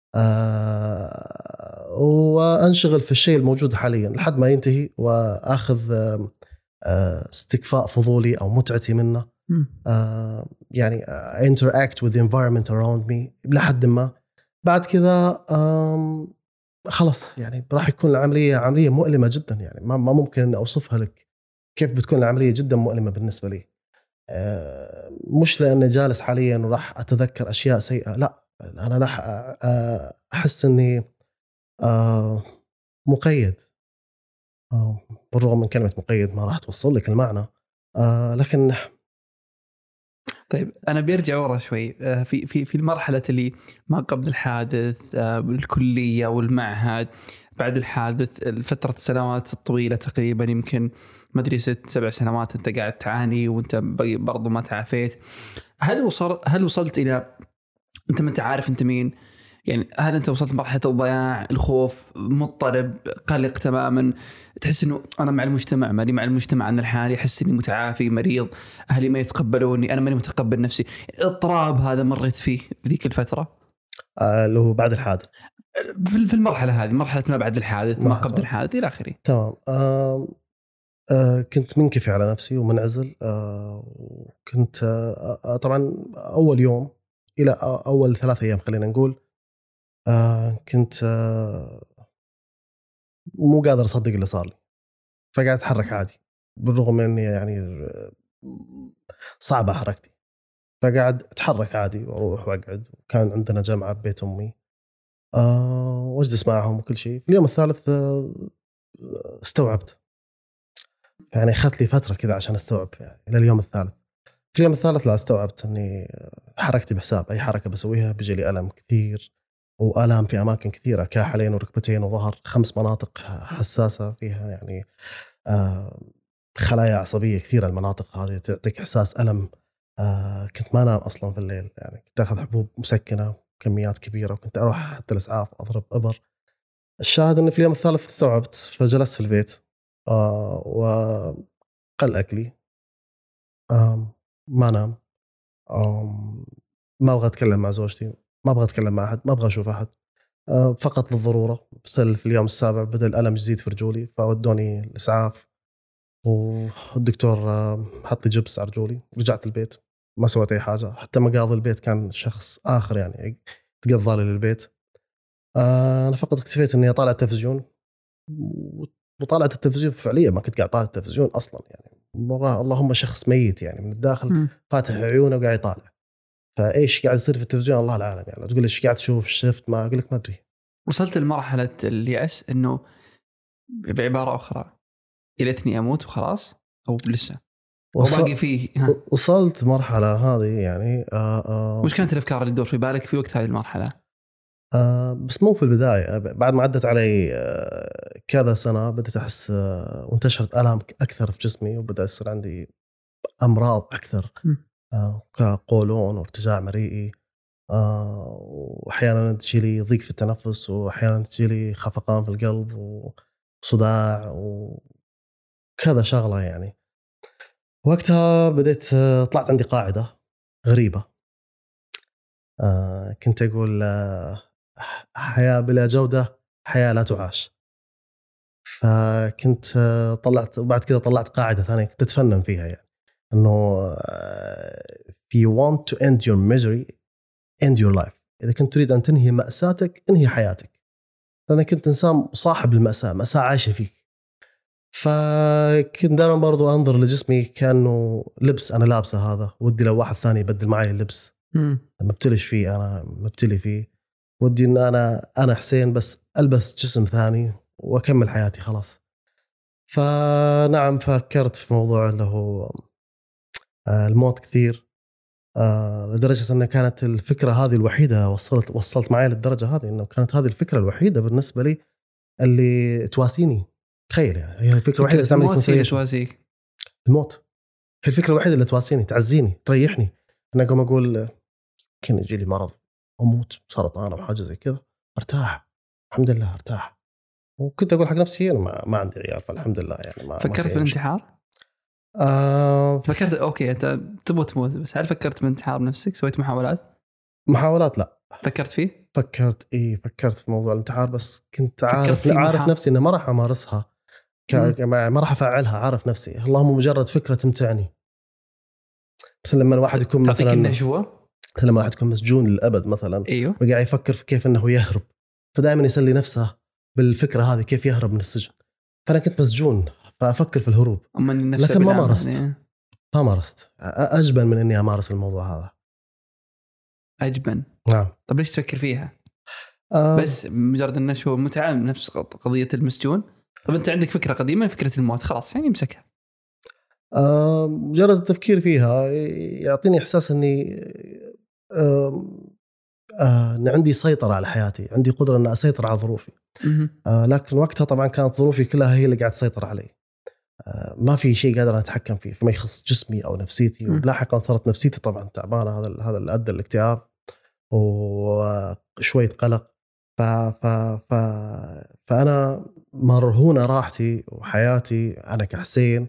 وأنشغل في الشيء الموجود حاليا لحد ما ينتهي، وأخذ استكفاء فضولي أو متعتي منه. يعني interact with the environment around me لحد ما بعد كذا خلاص يعني راح يكون العملية عملية مؤلمة جدا، يعني ما ممكن أن أوصفها لك كيف بتكون العملية، جدا مؤلمة بالنسبة لي. مش لأني جالس حاليا وراح أتذكر أشياء سيئة، لا أنا راح أحس أني مقيد، بالرغم من كلمة مقيد ما راح توصل لك المعنى، لكن طيب أنا بيرجع ورا شوي في المرحلة اللي ما قبل الحادث، الكلية والمعهد، بعد الحادث، الفترة السنوات الطويلة تقريبا يمكن ما أدري 6-7 سنوات أنت قاعد تعاني وأنت برضو ما تعافيت. هل وصلت إلى أنت ما أنت عارف أنت مين؟ يعني هل أنت وصلت لمرحلة الضياع، الخوف، مضطرب، قلق تماما، تحس إنه أنا مع المجتمع، مالي مع المجتمع عن الحالي، أحس إني متعافي مريض، أهلي ما يتقبلوني، أنا ماني متقبل نفسي، اضطراب هذا مريت فيه في ذيك الفترة؟ اللي هو بعد الحادث، في المرحلة هذه، مرحلة ما بعد الحادث، ما قبل الحادث إلى آخره. تمام. كنت منكفي على نفسي ومنعزل، وكنت طبعا أول يوم إلى أول 3 أيام خلينا نقول كنت مو قادر أصدق اللي صار لي، فقاعد أتحرك عادي بالرغم من أني يعني صعبة حركتي، فقاعد أتحرك عادي وأروح وأقعد، وكان عندنا جمعة ببيت أمي واجلس معهم وكل شيء. في اليوم الثالث استوعبت، يعني أخذت لي فترة كذا عشان أستوعب يعني إلى اليوم الثالث. في اليوم الثالث لا استوعبت أني حركتي بحساب، أي حركة بسويها بيجي لي ألم كثير، وآلام في أماكن كثيرة، كاحلين وركبتين وظهر، 5 مناطق حساسة فيها يعني خلايا عصبية كثيرة. المناطق هذه تعطيك إحساس ألم كنت ما أنام أصلا في الليل، يعني كنت أخذ حبوب مسكنة كميات كبيرة، وكنت أروح حتى الإسعاف أضرب إبر. الشاهد أني في اليوم الثالث استوعبت، فجلست في البيت وقل أكلي، ما أنام، ما أبغى أتكلم مع زوجتي، ما أبغى أتكلم مع أحد، ما أبغى أشوف أحد، فقط للضرورة. بس في اليوم السابع بدأ الألم يزيد في رجولي، فودوني الإسعاف، والدكتور حط لي جبس على رجولي. رجعت البيت ما سويت أي حاجة، حتى مقاضي البيت كان شخص آخر يعني تقضى لي للبيت. أنا فقط اكتفيت إني أطالع التلفزيون، وطالعة التلفزيون فعليا ما كنت قاعد طالع التلفزيون أصلا، يعني مرة اللهم شخص ميت يعني من الداخل فاتح عيونه وقاعد يطالع. فايش قاعد يصير في التلفزيون الله العالم، يعني تقول ايش قاعد تشوف شفت، ما اقول لك ما ادري. وصلت لمرحلة اليأس إنه بعبارة أخرى يا ليتني أموت وخلاص، أو لسه وباقي فيه؟ وصلت مرحلة هذه يعني وش كانت الأفكار اللي تدور في بالك في وقت هذه المرحلة؟ بس مو في البداية، بعد ما عدت علي كذا سنة بدأت أحس وانتشرت آلام أكثر في جسمي، وبدأ يصير عندي أمراض أكثر، كقولون وارتجاع مريئي، وأحيانا تجيلي ضيق في التنفس، وأحيانا تجيلي خفقان في القلب وصداع وكذا شغلة يعني. وقتها بديت طلعت عندي قاعدة غريبة، كنت أقول حياة بلا جودة حياة لا تعاش. فكنت طلعت، وبعد كده طلعت قاعدة ثانية كنت أتفنن فيها، يعني أنه if you want to end your misery end your life. إذا كنت تريد أن تنهي مأساتك انهي حياتك. لأن كنت إنسان صاحب المأساة، مأساة عايشة فيك. فكنت دائما برضو أنظر لجسمي كأنه لبس أنا لابسه، هذا ودي لو واحد ثاني يبدل معي اللبس، مبتلش فيه، أنا مبتلي فيه. ودي إن أنا حسين بس ألبس جسم ثاني وأكمل حياتي خلاص. فنعم فكرت في موضوع اللي هو الموت كثير، لدرجة أن كانت الفكرة هذه الوحيدة وصلت معي للدرجة هذه، أنه كانت هذه الفكرة الوحيدة بالنسبة لي اللي تواسيني. تخيل يعني هي الفكرة الوحيدة اللي تعمل كونسيليشن. الموت هي الفكرة الوحيدة اللي تواسيني، تعزيني، تريحني. أنا قام أقول كان يجي لي مرض أموت سرطان أو حاجة زي كذا ارتاح، الحمد لله ارتاح. وكنت أقول حق نفسي أنا ما عندي عيال فالحمد لله، يعني ما فكرت بالانتحار؟ فكرت أوكي أنت تبغى تموت، بس هل فكرت بالانتحار بنفسك؟ سويت محاولات؟ لا. فكرت فيه؟ فكرت في موضوع الانتحار، بس كنت عارف نفسي إنه ما راح أمارسها، ما راح أفعلها، عارف نفسي اللهم مجرد فكرة تمتعني. بس لما الواحد يكون مثلا لما الواحد يكون مسجون للأبد مثلا، أيوه، وقاعد يفكر في كيف إنه يهرب، فدائما يسلي نفسه بالفكرة هذه كيف يهرب من السجن. فأنا كنت مسجون فأفكر في الهروب، لكن ما مارست أجبن من إني أمارس الموضوع هذا. أجبن؟ نعم. طب ليش تفكر فيها؟ بس مجرد أنه شو متعب نفس قضية المسجون. طب أنت عندك فكرة قديمة، فكرة الموت خلاص يعني مسكها. مجرد التفكير فيها يعطيني إحساس أني أن عندي سيطرة على حياتي، عندي قدرة أن أسيطر على ظروفي. لكن وقتها طبعا كانت ظروفي كلها هي اللي قاعد تسيطر علي، ما في شيء قادر أتحكم فيه فيما يخص جسمي أو نفسيتي. وبلاحقا صارت نفسيتي طبعا تعبانة، هذا اللي أدى الاكتئاب وشوية قلق. فأنا مرهونة راحتي وحياتي أنا كحسين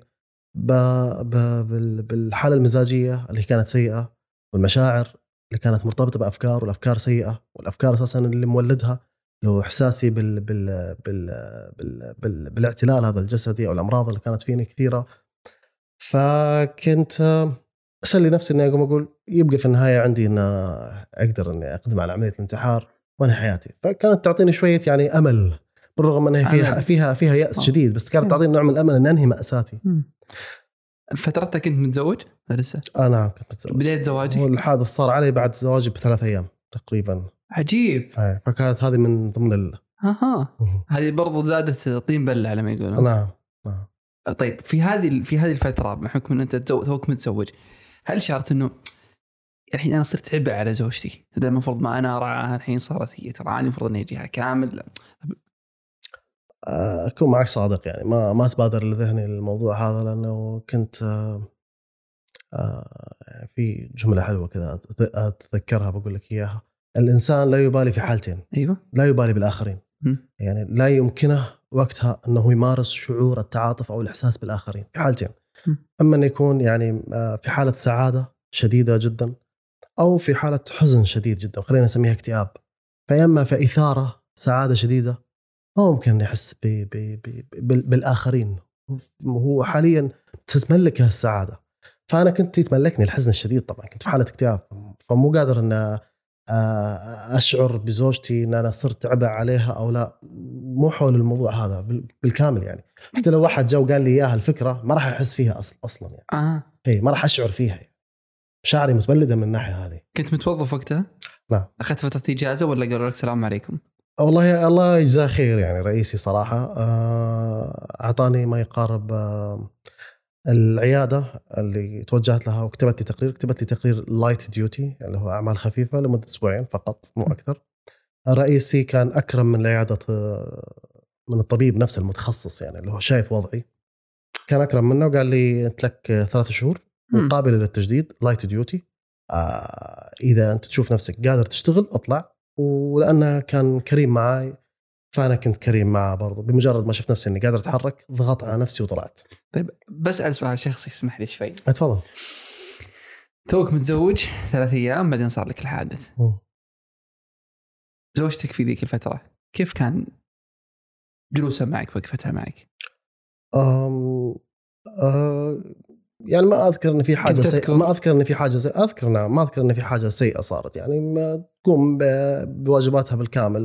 بالحالة المزاجية اللي كانت سيئة، والمشاعر اللي كانت مرتبطة بأفكار، والأفكار سيئة، والأفكار أساسا اللي مولدها لو إحساسي بالاعتلال هذا الجسدي أو الأمراض اللي كانت فيني كثيرة. فكنت أسلي نفسي إني أقول يبقى في النهاية عندي إن أقدر إني أقدم على عملية الانتحار وأنهي حياتي. فكانت تعطيني شوية يعني أمل، بالرغم أنها فيها يأس شديد، بس كانت تعطيني نوع من الأمل أن أنهي مأساتي. فترتها كنت متزوج لسه؟ أنا كنت متزوج. بداية زواجي والحادث صار علي بعد زواجي ب3 أيام تقريبا. عجيب. فكانت هذه من ضمن هذه برضو زادت طين بلة على ما يقولون. نعم. طيب في هذه الفترة بحكم أن أنت توك متزوج، هل شعرت أنه الحين أنا صرت عبء على زوجتي؟ هذا المفروض ما أنا أرعاها، الحين صارت هي ترعاني، المفروض أن يجيها كامل. أكون معك صادق، يعني ما تبادر لذهني الموضوع هذا، لأنه كنت في جملة حلوة كذا أتذكرها بقول لك إياها: الإنسان لا يبالي في حالتين. أيوة. لا يبالي بالآخرين. يعني لا يمكنه وقتها أنه يمارس شعور التعاطف أو الإحساس بالآخرين في حالتين. أما أن يكون يعني في حالة سعادة شديدة جدا أو في حالة حزن شديد جدا، خلينا نسميها اكتئاب. فإما في إثارة سعادة شديدة ما ممكن يحس بالآخرين. هو حاليا تتملكه السعادة. فأنا كنت يتملكني الحزن الشديد، طبعا كنت في حالة اكتئاب، فمو قادر أن أشعر بزوجتي أن أنا صرت عبء عليها أو لا. مو حول الموضوع هذا بالكامل يعني. حتى لو واحد جاء وقال لي إياها الفكرة ما راح أحس فيها أصلا يعني. هي ما راح أشعر فيها يعني. مشاعري متبلدة من الناحية هذه. كنت متوظف وقتها؟ لا. أخذت فترة إجازة ولا قالوا لك السلام عليكم؟ والله الله يجزاه خير يعني. رئيسي صراحة أعطاني ما يقارب العيادة اللي توجهت لها كتبت لي تقرير لايت ديوتي اللي هو أعمال خفيفة لمدة أسبوعين فقط مو أكثر. رئيسي كان أكرم من العيادة، من الطبيب نفسه المتخصص يعني اللي هو شايف وضعي. كان أكرم منه وقال لي أنت لك 3 شهور وقابل للتجديد لايت ديوتي. إذا أنت تشوف نفسك قادر تشتغل اطلع. ولأنه كان كريم معاي فأنا كنت كريم معه برضو. بمجرد ما شفت نفسي أني قادر أتحرك ضغط على نفسي وطلعت. طيب بسأل سؤال شخصي اسمح لي شوي. أتفضل. توك متزوج 3 أيام بعدين صار لك الحادث. زوجتك في ذيك الفترة كيف كان جلوسها معك وقفتها معك؟ يعني ما أذكر إن في حاجة سيئة. ما أذكر إن في حاجة سيئة. أذكر نعم ما أذكر إن في حاجة سيئة صارت يعني. ما تقوم بواجباتها بالكامل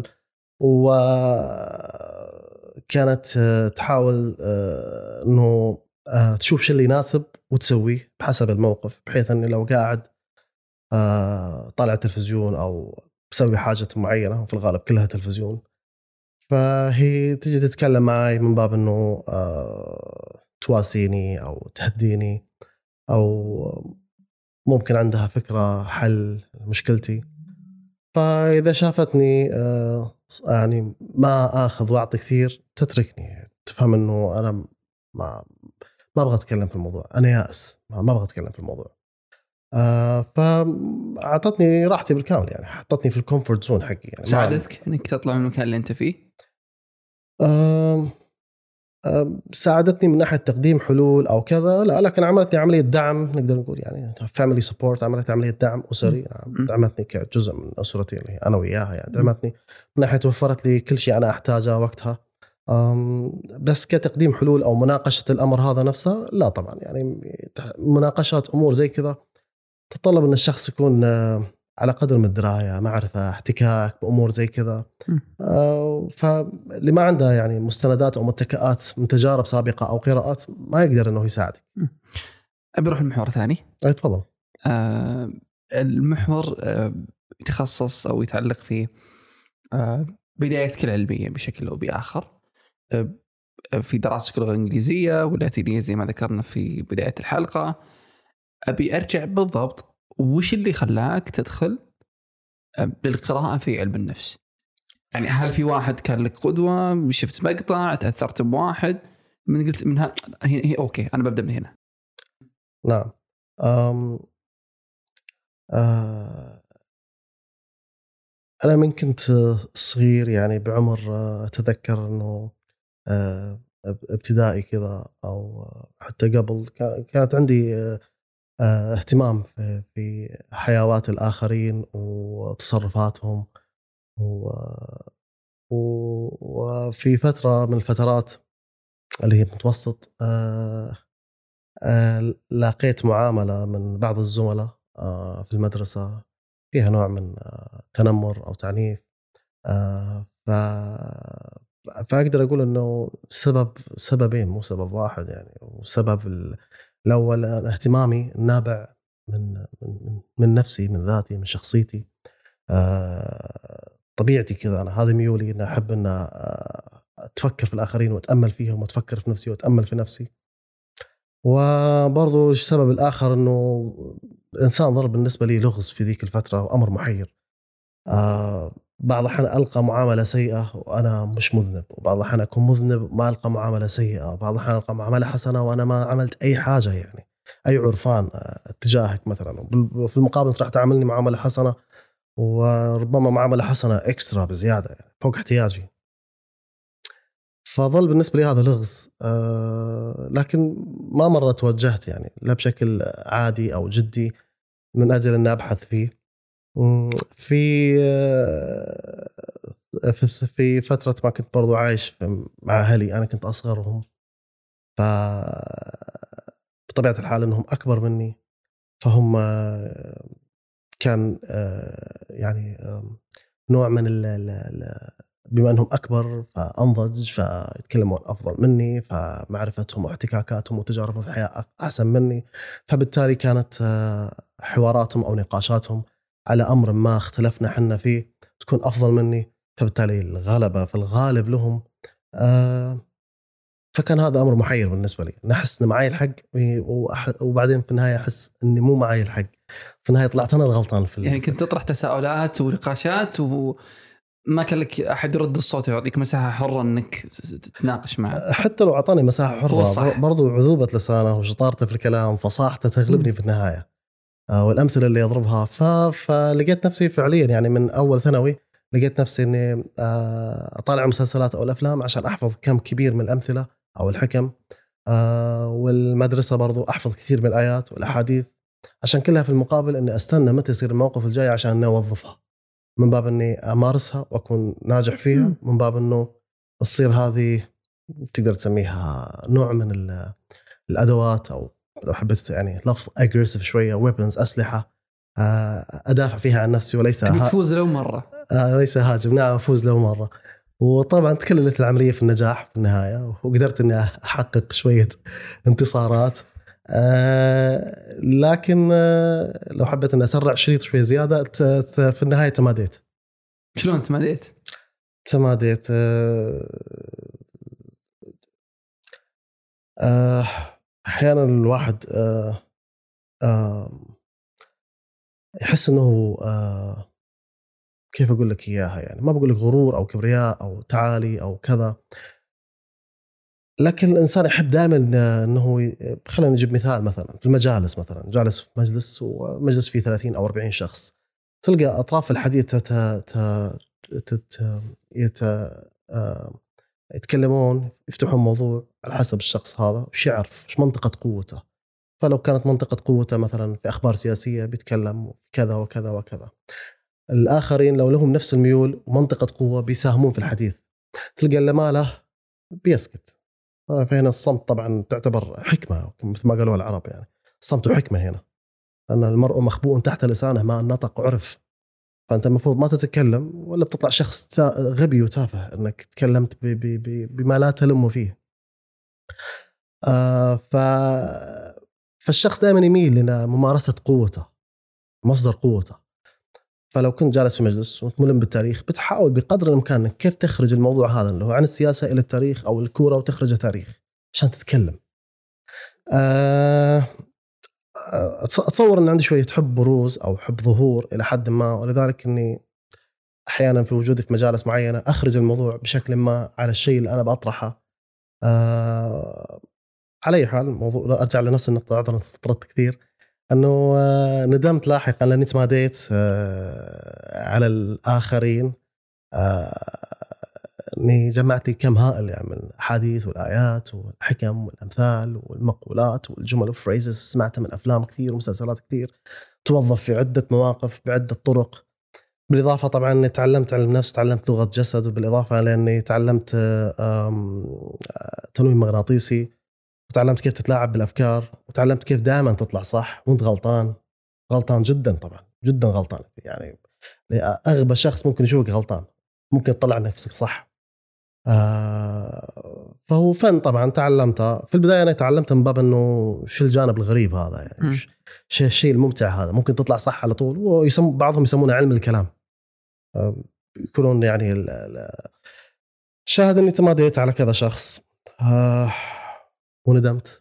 وكانت تحاول إنه تشوف شيء اللي يناسب وتسويه بحسب الموقف، بحيث أني لو قاعد طالع التلفزيون أو بسوي حاجة معينة وفي الغالب كلها تلفزيون، فهي تجي تتكلم معي من باب أنه تواسيني أو تهديني أو ممكن عندها فكرة حل مشكلتي. فإذا شافتني يعني ما أخذ وأعطي كثير تتركني، تفهم أنه أنا ما أبغى أتكلم في الموضوع، أنا يائس ما أبغى أتكلم في الموضوع. فأعطتني راحتي بالكامل يعني، حطتني في الكومفورت زون حقي يعني. ساعدتك إنك تطلع من المكان اللي أنت فيه؟ ساعدتني من ناحية تقديم حلول أو كذا لا، لكن عملتني عملية دعم نقدر نقول يعني family support. عملت عملية دعم أسري. دعمتني كجزء من أسرتي اللي أنا وياها يعني. دعمتني من ناحية وفرت لي كل شيء أنا أحتاجه وقتها. بس كتقديم حلول أو مناقشة الأمر هذا نفسه لا طبعا يعني. مناقشات أمور زي كذا تتطلب أن الشخص يكون على قدر من الدراية، معرفة، احتكاك بأمور زي كذا. فاللي ما عنده يعني مستندات أو متكئات من تجارب سابقة أو قراءات ما يقدر أنه يساعدك. أبي أروح المحور ثاني. تفضل. المحور يتخصص أو يتعلق في بدايتك العلمية بشكل أو بآخر في دراستك اللغة الإنجليزية واللاتينية زي ما ذكرنا في بداية الحلقة. أبي أرجع بالضبط وش اللي خلاك تدخل بالقراءة في علم النفس؟ يعني هل في واحد كان لك قدوة، شفت مقطع، تأثرت بواحد من قلت منها هي أوكي أنا ببدأ من هنا؟ نعم. أنا من كنت صغير يعني بعمر أتذكر أنه ابتدائي كذا أو حتى قبل كانت عندي اهتمام في حيوات الآخرين وتصرفاتهم. وفي فترة من الفترات اللي هي متوسط لقيت معاملة من بعض الزملاء في المدرسة فيها نوع من تنمر أو تعنيف. فأقدر أقول أنه سببين مو سبب واحد يعني. والسبب الأول اهتمامي نابع من نفسي، من ذاتي، من شخصيتي. طبيعتي كذا أنا، هذا ميولي أن أحب أن أتفكر في الآخرين وأتأمل فيهم وأتفكر في نفسي وأتأمل في نفسي. وبرضو السبب الآخر أنه الإنسان ضرب بالنسبة لي لغز في ذيك الفترة وأمر محير. بعض الأحيان ألقى معاملة سيئة وأنا مش مذنب، وبعض الأحيان أكون مذنب ما ألقى معاملة سيئة، وبعض الأحيان ألقى معاملة حسنة وأنا ما عملت أي حاجة يعني. أي عرفان تجاهك مثلا، في المقابل راح تعاملني معاملة حسنة، وربما معاملة حسنة إكسترا بزيادة يعني فوق احتياجي. فظل بالنسبة لي هذا لغز، لكن ما مرة توجهت يعني لا بشكل عادي أو جدي من أجل أن أبحث فيه. في فترة ما كنت برضو عايش مع أهلي، أنا كنت أصغرهم، فبطبيعة الحال أنهم أكبر مني، فهم كان يعني نوع من بما أنهم أكبر فأنضج، فيتكلمون أفضل مني، فمعرفتهم واحتكاكاتهم وتجاربهم في الحياة أحسن مني، فبالتالي كانت حواراتهم أو نقاشاتهم على أمر ما اختلفنا حنا فيه تكون أفضل مني، فبالتالي الغلبة في الغالب لهم. فكان هذا أمر محير بالنسبة لي، نحس إن معي الحق وبعدين في النهاية أحس إني مو معي الحق، في النهاية طلعت أنا الغلطان يعني كنت تطرح تساؤلات ونقاشات وما كان لك أحد يرد الصوت ويعطيك مساحة حرة إنك تتناقش معه. حتى لو أعطاني مساحة حرة برضو عذوبة لسانه وشطارته في الكلام فصاحته تغلبني في النهاية، والأمثلة اللي يضربها. فلقيت نفسي فعليا يعني من أول ثانوي لقيت نفسي إني أطالع مسلسلات أو الأفلام عشان أحفظ كم كبير من الأمثلة أو الحكم، والمدرسة برضو أحفظ كثير من الآيات والأحاديث، عشان كلها في المقابل إني أستنى متى يصير الموقف الجاي عشان أوظفها، من باب إني أمارسها وأكون ناجح فيها، من باب إنه تصير هذه تقدر تسميها نوع من الأدوات، أو لو حبيت يعني لفظ aggressive شوية weapons، أسلحة أدافع فيها عن نفسي وليس تفوز لو مرة، ليس هاجم. نعم أفوز لو مرة. وطبعا تكللت العملية في النجاح في النهاية، وقدرت أني أحقق شوية انتصارات. لكن لو حبيت أن أسرع شريط شوية زيادة، في النهاية تماديت. شلون تماديت؟ تماديت أحيانا الواحد يحس أنه كيف أقول لك إياها، يعني ما بقول لك غرور أو كبرياء أو تعالي أو كذا، لكن الإنسان يحب دائما أنه خلينا نجيب مثال، مثلا في المجالس، مثلا جالس في مجلس ومجلس فيه 30 أو 40 شخص، تلقى أطراف الحديث يتكلمون يفتحون موضوع على حسب الشخص هذا وش يعرف وش منطقة قوته. فلو كانت منطقة قوته مثلا في أخبار سياسية بيتكلم كذا وكذا وكذا، الآخرين لو لهم نفس الميول ومنطقة قوة بيساهمون في الحديث. تلقى اللي ما له بيسكت. فهنا الصمت طبعا تعتبر حكمة، مثل ما قالوا العرب، يعني الصمت حكمة هنا، أن المرء مخبوء تحت لسانه ما نطق عرف. فأنت المفروض ما تتكلم، ولا بتطلع شخص غبي وتافه أنك تكلمت بما لا تلم فيه. فالشخص دائما يميل لممارسة قوته، مصدر قوته. فلو كنت جالس في مجلس وملم بالتاريخ، بتحاول بقدر الإمكان كيف تخرج الموضوع هذا اللي هو عن السياسة إلى التاريخ أو الكورة وتخرجه تاريخ عشان تتكلم. أتصور أن عندي شوية حب بروز أو حب ظهور إلى حد ما، ولذلك أني أحيانا في وجودي في مجالس معينة أخرج الموضوع بشكل ما على الشيء اللي أنا بطرحه. على أي حال، الموضوع أرجع لنفس النقطة، عذرا استطردت كثير، أنه ندمت لاحقا لأني تماديت على الآخرين، أني جمعت لي كم هائل يعني من الحديث والآيات والحكم والأمثال والمقولات والجمل والفريزز سمعتها من أفلام كثير ومسلسلات كثير، توظف في عدة مواقف بعدة طرق. بالإضافة طبعا أني تعلمت علم نفس، تعلمت لغة جسد، وبالإضافة لأني تعلمت تنويم مغناطيسي، وتعلمت كيف تتلاعب بالأفكار، وتعلمت كيف دائما تطلع صح وانت غلطان جدا، طبعا جدا غلطان. يعني أغبى شخص ممكن يشوفك غلطان ممكن تطلع نفسك صح. فهو فن طبعا تعلمته في البداية. أنا تعلمت من باب أنه شو الجانب الغريب هذا، يعني الشيء الممتع هذا ممكن تطلع صح على طول، بعضهم يسمونه علم الكلام. يكونون يعني شاهد أني تماديت على كذا شخص وندمت،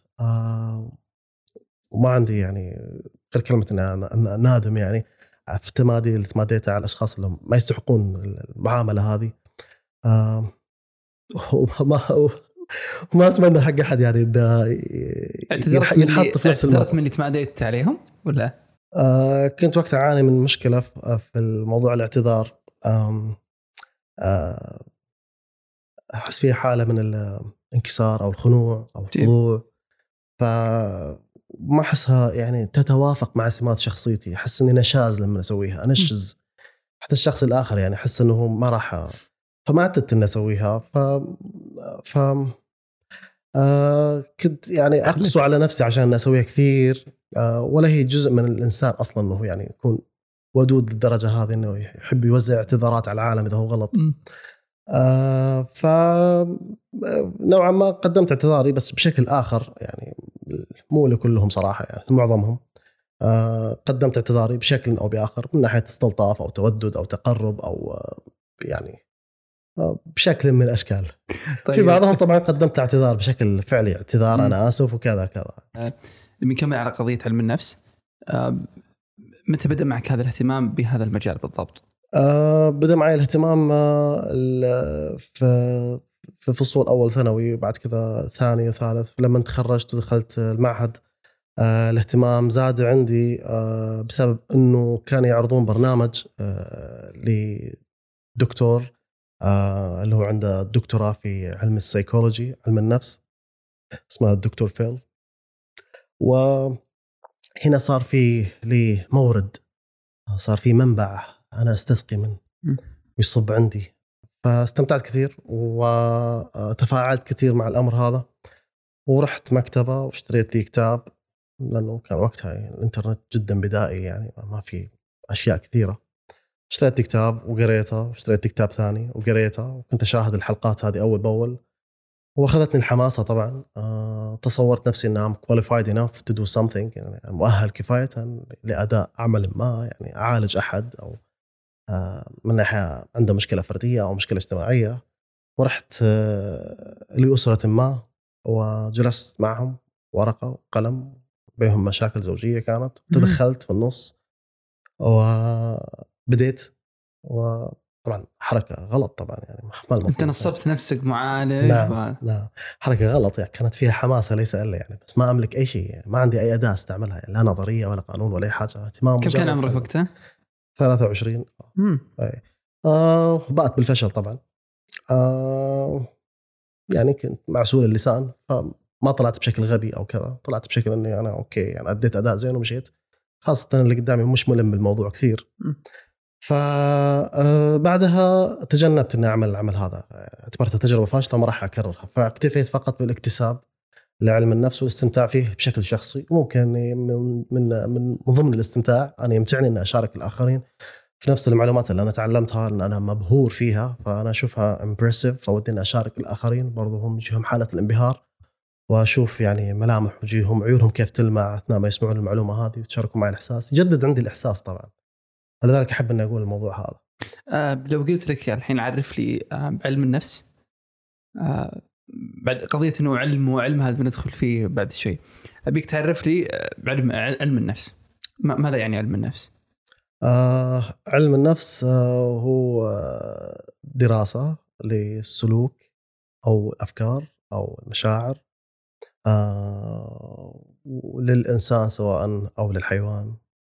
وما عندي يعني غير كلمة أن نادم يعني في تمادي اللي تماديته على الأشخاص اللي ما يستحقون المعاملة هذه. ما أتمنى حق أحد يعني إنه ينحط في نفس الموضوع. اعتذرت من اللي تماديت عليهم ولا؟ كنت وقتها أعاني من مشكلة في الموضوع الاعتذار. أحس فيها حالة من الانكسار أو الخنوع أو الخضوع، فما أحسها يعني تتوافق مع سمات شخصيتي. أحس إني نشاز لما أسويها، أنشز حتى الشخص الآخر، يعني أحس إنه ما راح، فما اعتدت إني أسويها. ف كنت يعني أقسو على نفسي عشان أسويها كثير. ولا هي جزء من الإنسان أصلا إنه يعني يكون ودود للدرجة هذه إنه يحب يوزع اعتذارات على العالم إذا هو غلط. ف نوعا ما قدمت اعتذاري بس بشكل آخر، يعني مو لكلهم صراحة، يعني معظمهم. قدمت اعتذاري بشكل أو بآخر، من ناحية استلطاف أو تودد أو تقرب أو يعني بشكل من الأشكال. طيب. في بعضهم طبعا قدمت اعتذار بشكل فعلي، اعتذار أنا آسف وكذا كذا. نكمل على قضية علم النفس. متى بدأ معك هذا الاهتمام بهذا المجال بالضبط؟ بدأ معي الاهتمام في فصول أول ثانوي، بعد كذا ثاني وثالث. لما تخرجت ودخلت المعهد الاهتمام زاد عندي بسبب أنه كانوا يعرضون برنامج لدكتور اللي هو عنده دكتوراه في علم السيكولوجي، علم النفس، اسمه الدكتور فيل. وهنا صار فيه لي مورد، صار فيه منبع أنا أستسقي منه ويصب عندي. فاستمتعت كثير وتفاعلت كثير مع الأمر هذا، ورحت مكتبة واشتريت لي كتاب، لأنه كان وقتها الإنترنت جدا بدائي، يعني ما في أشياء كثيرة. اشتريت كتاب وقريته، واشتريت كتاب ثاني وقريته، وكنت أشاهد الحلقات هذه أول بأول، وأخذتني الحماسة طبعا. تصورت نفسي أن I'm qualified enough to do something، يعني مؤهل كفاية لأداء عمل ما، يعني أعالج أحد أو من ناحية عنده مشكلة فردية أو مشكلة اجتماعية. ورحت لأسرة ما وجلست معهم، ورقة وقلم، بينهم مشاكل زوجية كانت، تدخلت في النص وبديت. وطبعا حركة غلط طبعا، يعني ما أنت نصبت نفسك معالج. لا حركة غلط، يعني كانت فيها حماسة ليس إلا، يعني بس ما أملك أي شيء، يعني ما عندي أي أداة استعملها، يعني لا نظرية ولا قانون ولا أي حاجة. اهتمام. كم كان عمرك وقتها؟ 23. بقت بالفشل طبعا. يعني كنت معسول اللسان، فما طلعت بشكل غبي أو كذا، طلعت بشكل أني أنا أوكي، يعني أديت أداء زين ومشيت، خاصة اللي قدامي مش ملم بالموضوع كثير. فبعدها تجنبت أني أعمل العمل هذا، اعتبرتها تجربة فاشلة ما راح أكررها، فاكتفيت فقط بالاكتساب لعلم النفس والاستمتاع فيه بشكل شخصي. ممكن أني من ضمن الاستمتاع أنا يمتعني أن أشارك الآخرين في نفس المعلومات اللي أنا تعلمتها، لأن أنا مبهور فيها، فأنا أشوفها impressive، فودي أشارك الآخرين برضو هم يجيهم حالة الانبهار، وأشوف يعني ملامح وجيههم، عيونهم كيف تلمع أثناء ما يسمعون المعلومة هذه وتشاركوا معي الإحساس، يجدد عندي الإحساس طبعا. ولذلك أحب أن أقول الموضوع هذا. لو قلت لك الحين عرف لي علم النفس، بعد قضية أنه علم هذا بندخل فيه بعد شوي، أبيك تعرف لي علم النفس، ماذا يعني علم النفس؟ علم النفس هو دراسة للسلوك أو الأفكار أو المشاعر للإنسان سواء أو للحيوان.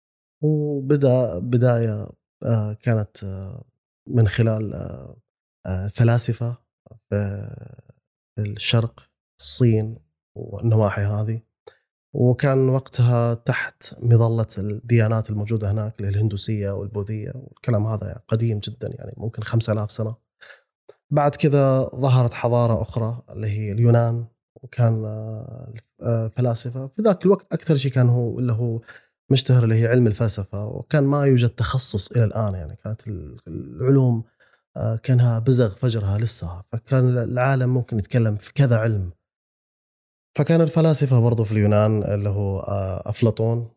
بداية كانت من خلال الفلاسفة في الشرق، الصين والنواحي هذه، وكان وقتها تحت مظلة الديانات الموجودة هناك، الهندوسية والبوذية والكلام هذا، يعني قديم جدا، يعني ممكن 5000 سنة. بعد كذا ظهرت حضارة أخرى اللي هي اليونان، وكان فلاسفة في ذاك الوقت أكثر شيء كان هو اللي هو مشتهر اللي هي علم الفلسفة، وكان ما يوجد تخصص إلى الآن، يعني كانت العلوم كانها بزغ فجرها لسه، فكان العالم ممكن يتكلم في كذا علم. فكان الفلاسفة برضو في اليونان اللي هو أفلاطون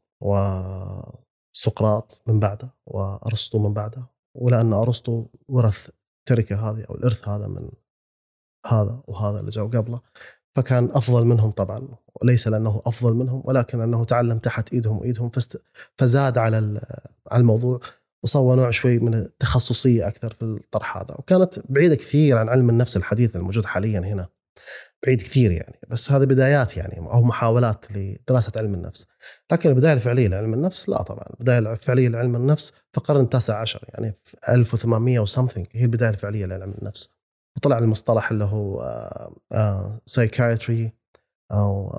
وسقراط من بعده وأرسطو من بعده، ولأن أرسطو ورث التركة هذه أو الإرث هذا من هذا وهذا اللي جاءوا قبله، فكان أفضل منهم طبعا، وليس لأنه أفضل منهم ولكن أنه تعلم تحت إيدهم وإيدهم، فزاد على الموضوع وصار نوع شوي من التخصصية أكثر في الطرح هذا، وكانت بعيدة كثير عن علم النفس الحديث الموجود حاليا هنا. بعيد كثير يعني، بس هذه بدايات يعني أو محاولات لدراسة علم النفس. لكن البداية الفعلية لعلم النفس لا طبعا، البداية الفعلية لعلم النفس في القرن التاسع عشر، يعني في 1800 وسمثينج هي البداية الفعلية لعلم النفس. وطلع المصطلح اللي هو سايكايتري أو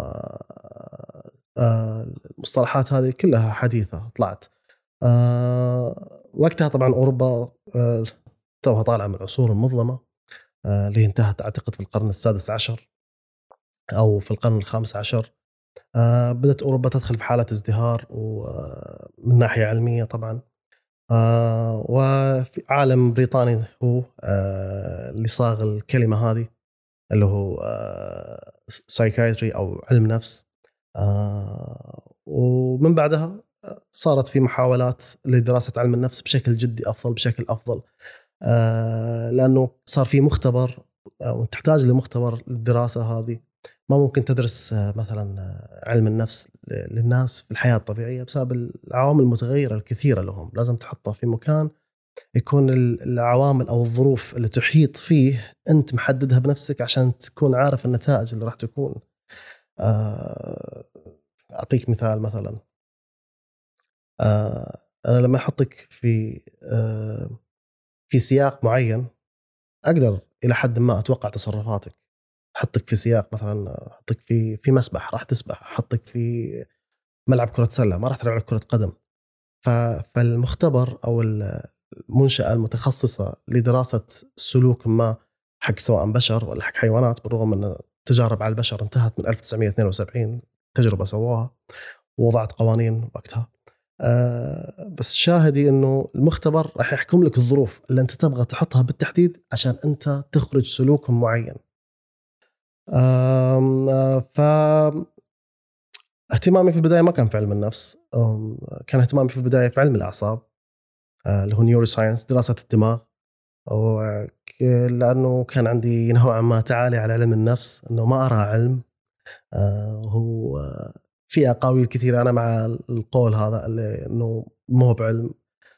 المصطلحات هذه كلها حديثة طلعت. وقتها طبعا أوروبا توها طالعة من العصور المظلمة اللي انتهت أعتقد في القرن السادس عشر أو في القرن الخامس عشر. بدأت أوروبا تدخل في حالة ازدهار ومن ناحية علمية طبعا. وفي عالم بريطاني هو اللي صاغ الكلمة هذه اللي هو سايكايتري أو علم نفس. ومن بعدها صارت في محاولات لدراسة علم النفس بشكل جدي أفضل، بشكل أفضل، لأنه صار في مختبر وتحتاج لمختبر للدراسة هذه. ما ممكن تدرس مثلا علم النفس للناس في الحياة الطبيعية بسبب العوامل المتغيرة الكثيرة لهم، لازم تحطه في مكان يكون العوامل أو الظروف اللي تحيط فيه أنت محددها بنفسك عشان تكون عارف النتائج اللي راح تكون. أعطيك مثال، مثلا أنا لما أحطك في سياق معين أقدر إلى حد ما أتوقع تصرفاتك. أحطك في سياق مثلا، أحطك في مسبح راح تسبح، أحطك في ملعب كرة سلة ما راح تلعب كرة قدم. فالمختبر أو المنشأة المتخصصة لدراسة سلوك ما حق سواء بشر ولا حق حيوانات، بالرغم أن التجارب على البشر انتهت من 1972 تجربة سواها ووضعت قوانين وقتها. بس شاهدي أنه المختبر راح يحكم لك الظروف اللي أنت تبغى تحطها بالتحديد عشان أنت تخرج سلوك معين. ف اهتمامي في البداية ما كان في علم النفس، كان اهتمامي في البداية في علم الأعصاب اللي هو نيورو ساينس، دراسة الدماغ. لأنه كان عندي نوعا ما تعالي على علم النفس، أنه ما أرى علم. هو في أقاويل كثيرة، أنا مع القول هذا اللي أنه مو بعلم،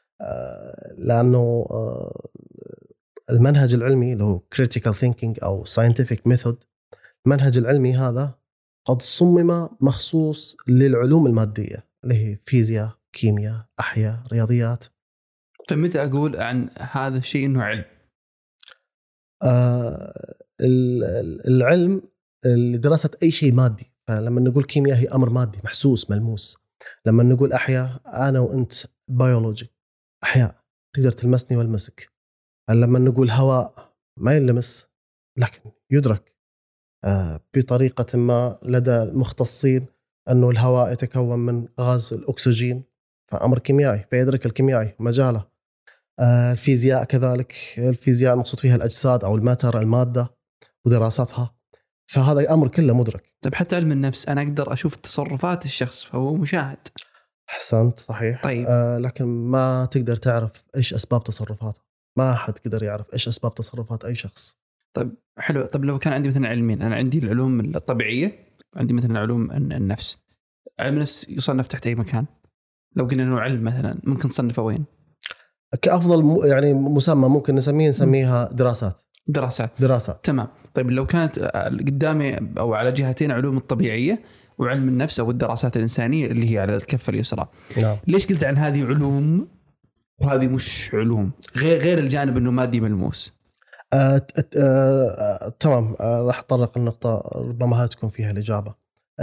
لأنه المنهج العلمي اللي هو critical thinking أو scientific method، المنهج العلمي هذا قد صمم مخصوص للعلوم المادية اللي هي فيزياء، كيمياء، أحياء، رياضيات. فمتى أقول عن هذا الشيء إنه علم؟ العلم لدراسة أي شيء مادي. فلما نقول كيمياء هي أمر مادي محسوس ملموس. لما نقول أحياء أنا وأنت بيولوجي أحياء تقدر تلمسني والمسك. لما نقول هواء ما يلمس لكن يدرك بطريقة ما لدى المختصين أنه الهواء يتكون من غاز الأكسجين، فأمر كيميائي فيدرك الكيميائي مجاله. الفيزياء كذلك، الفيزياء المقصود فيها الأجساد أو الماتر، المادة ودراستها، فهذا أمر كله مدرك. طيب حتى علم النفس أنا أقدر أشوف تصرفات الشخص فهو مشاهد. أحسنت صحيح. طيب. لكن ما تقدر تعرف إيش أسباب تصرفاته، ما أحد قدر يعرف إيش أسباب تصرفات أي شخص. طيب حلو. طيب لو كان عندي مثلا علمين، أنا عندي العلوم الطبيعية وعندي مثلا علوم النفس، علم النفس يصنف تحت أي مكان؟ لو قلنا إنه علم مثلا ممكن تصنفه وين؟ كأفضل يعني مسمى ممكن نسميها دراسات. تمام. طيب لو كانت قدامي أو على جهتين علوم الطبيعية وعلم النفس أو الدراسات الإنسانية اللي هي على الكفة اليسرى، نعم. ليش قلت عن هذه علوم وهذه مش علوم، غير الجانب إنه مادي ملموس؟ تمام. راح أطرق النقطة ربما تكون فيها الإجابة.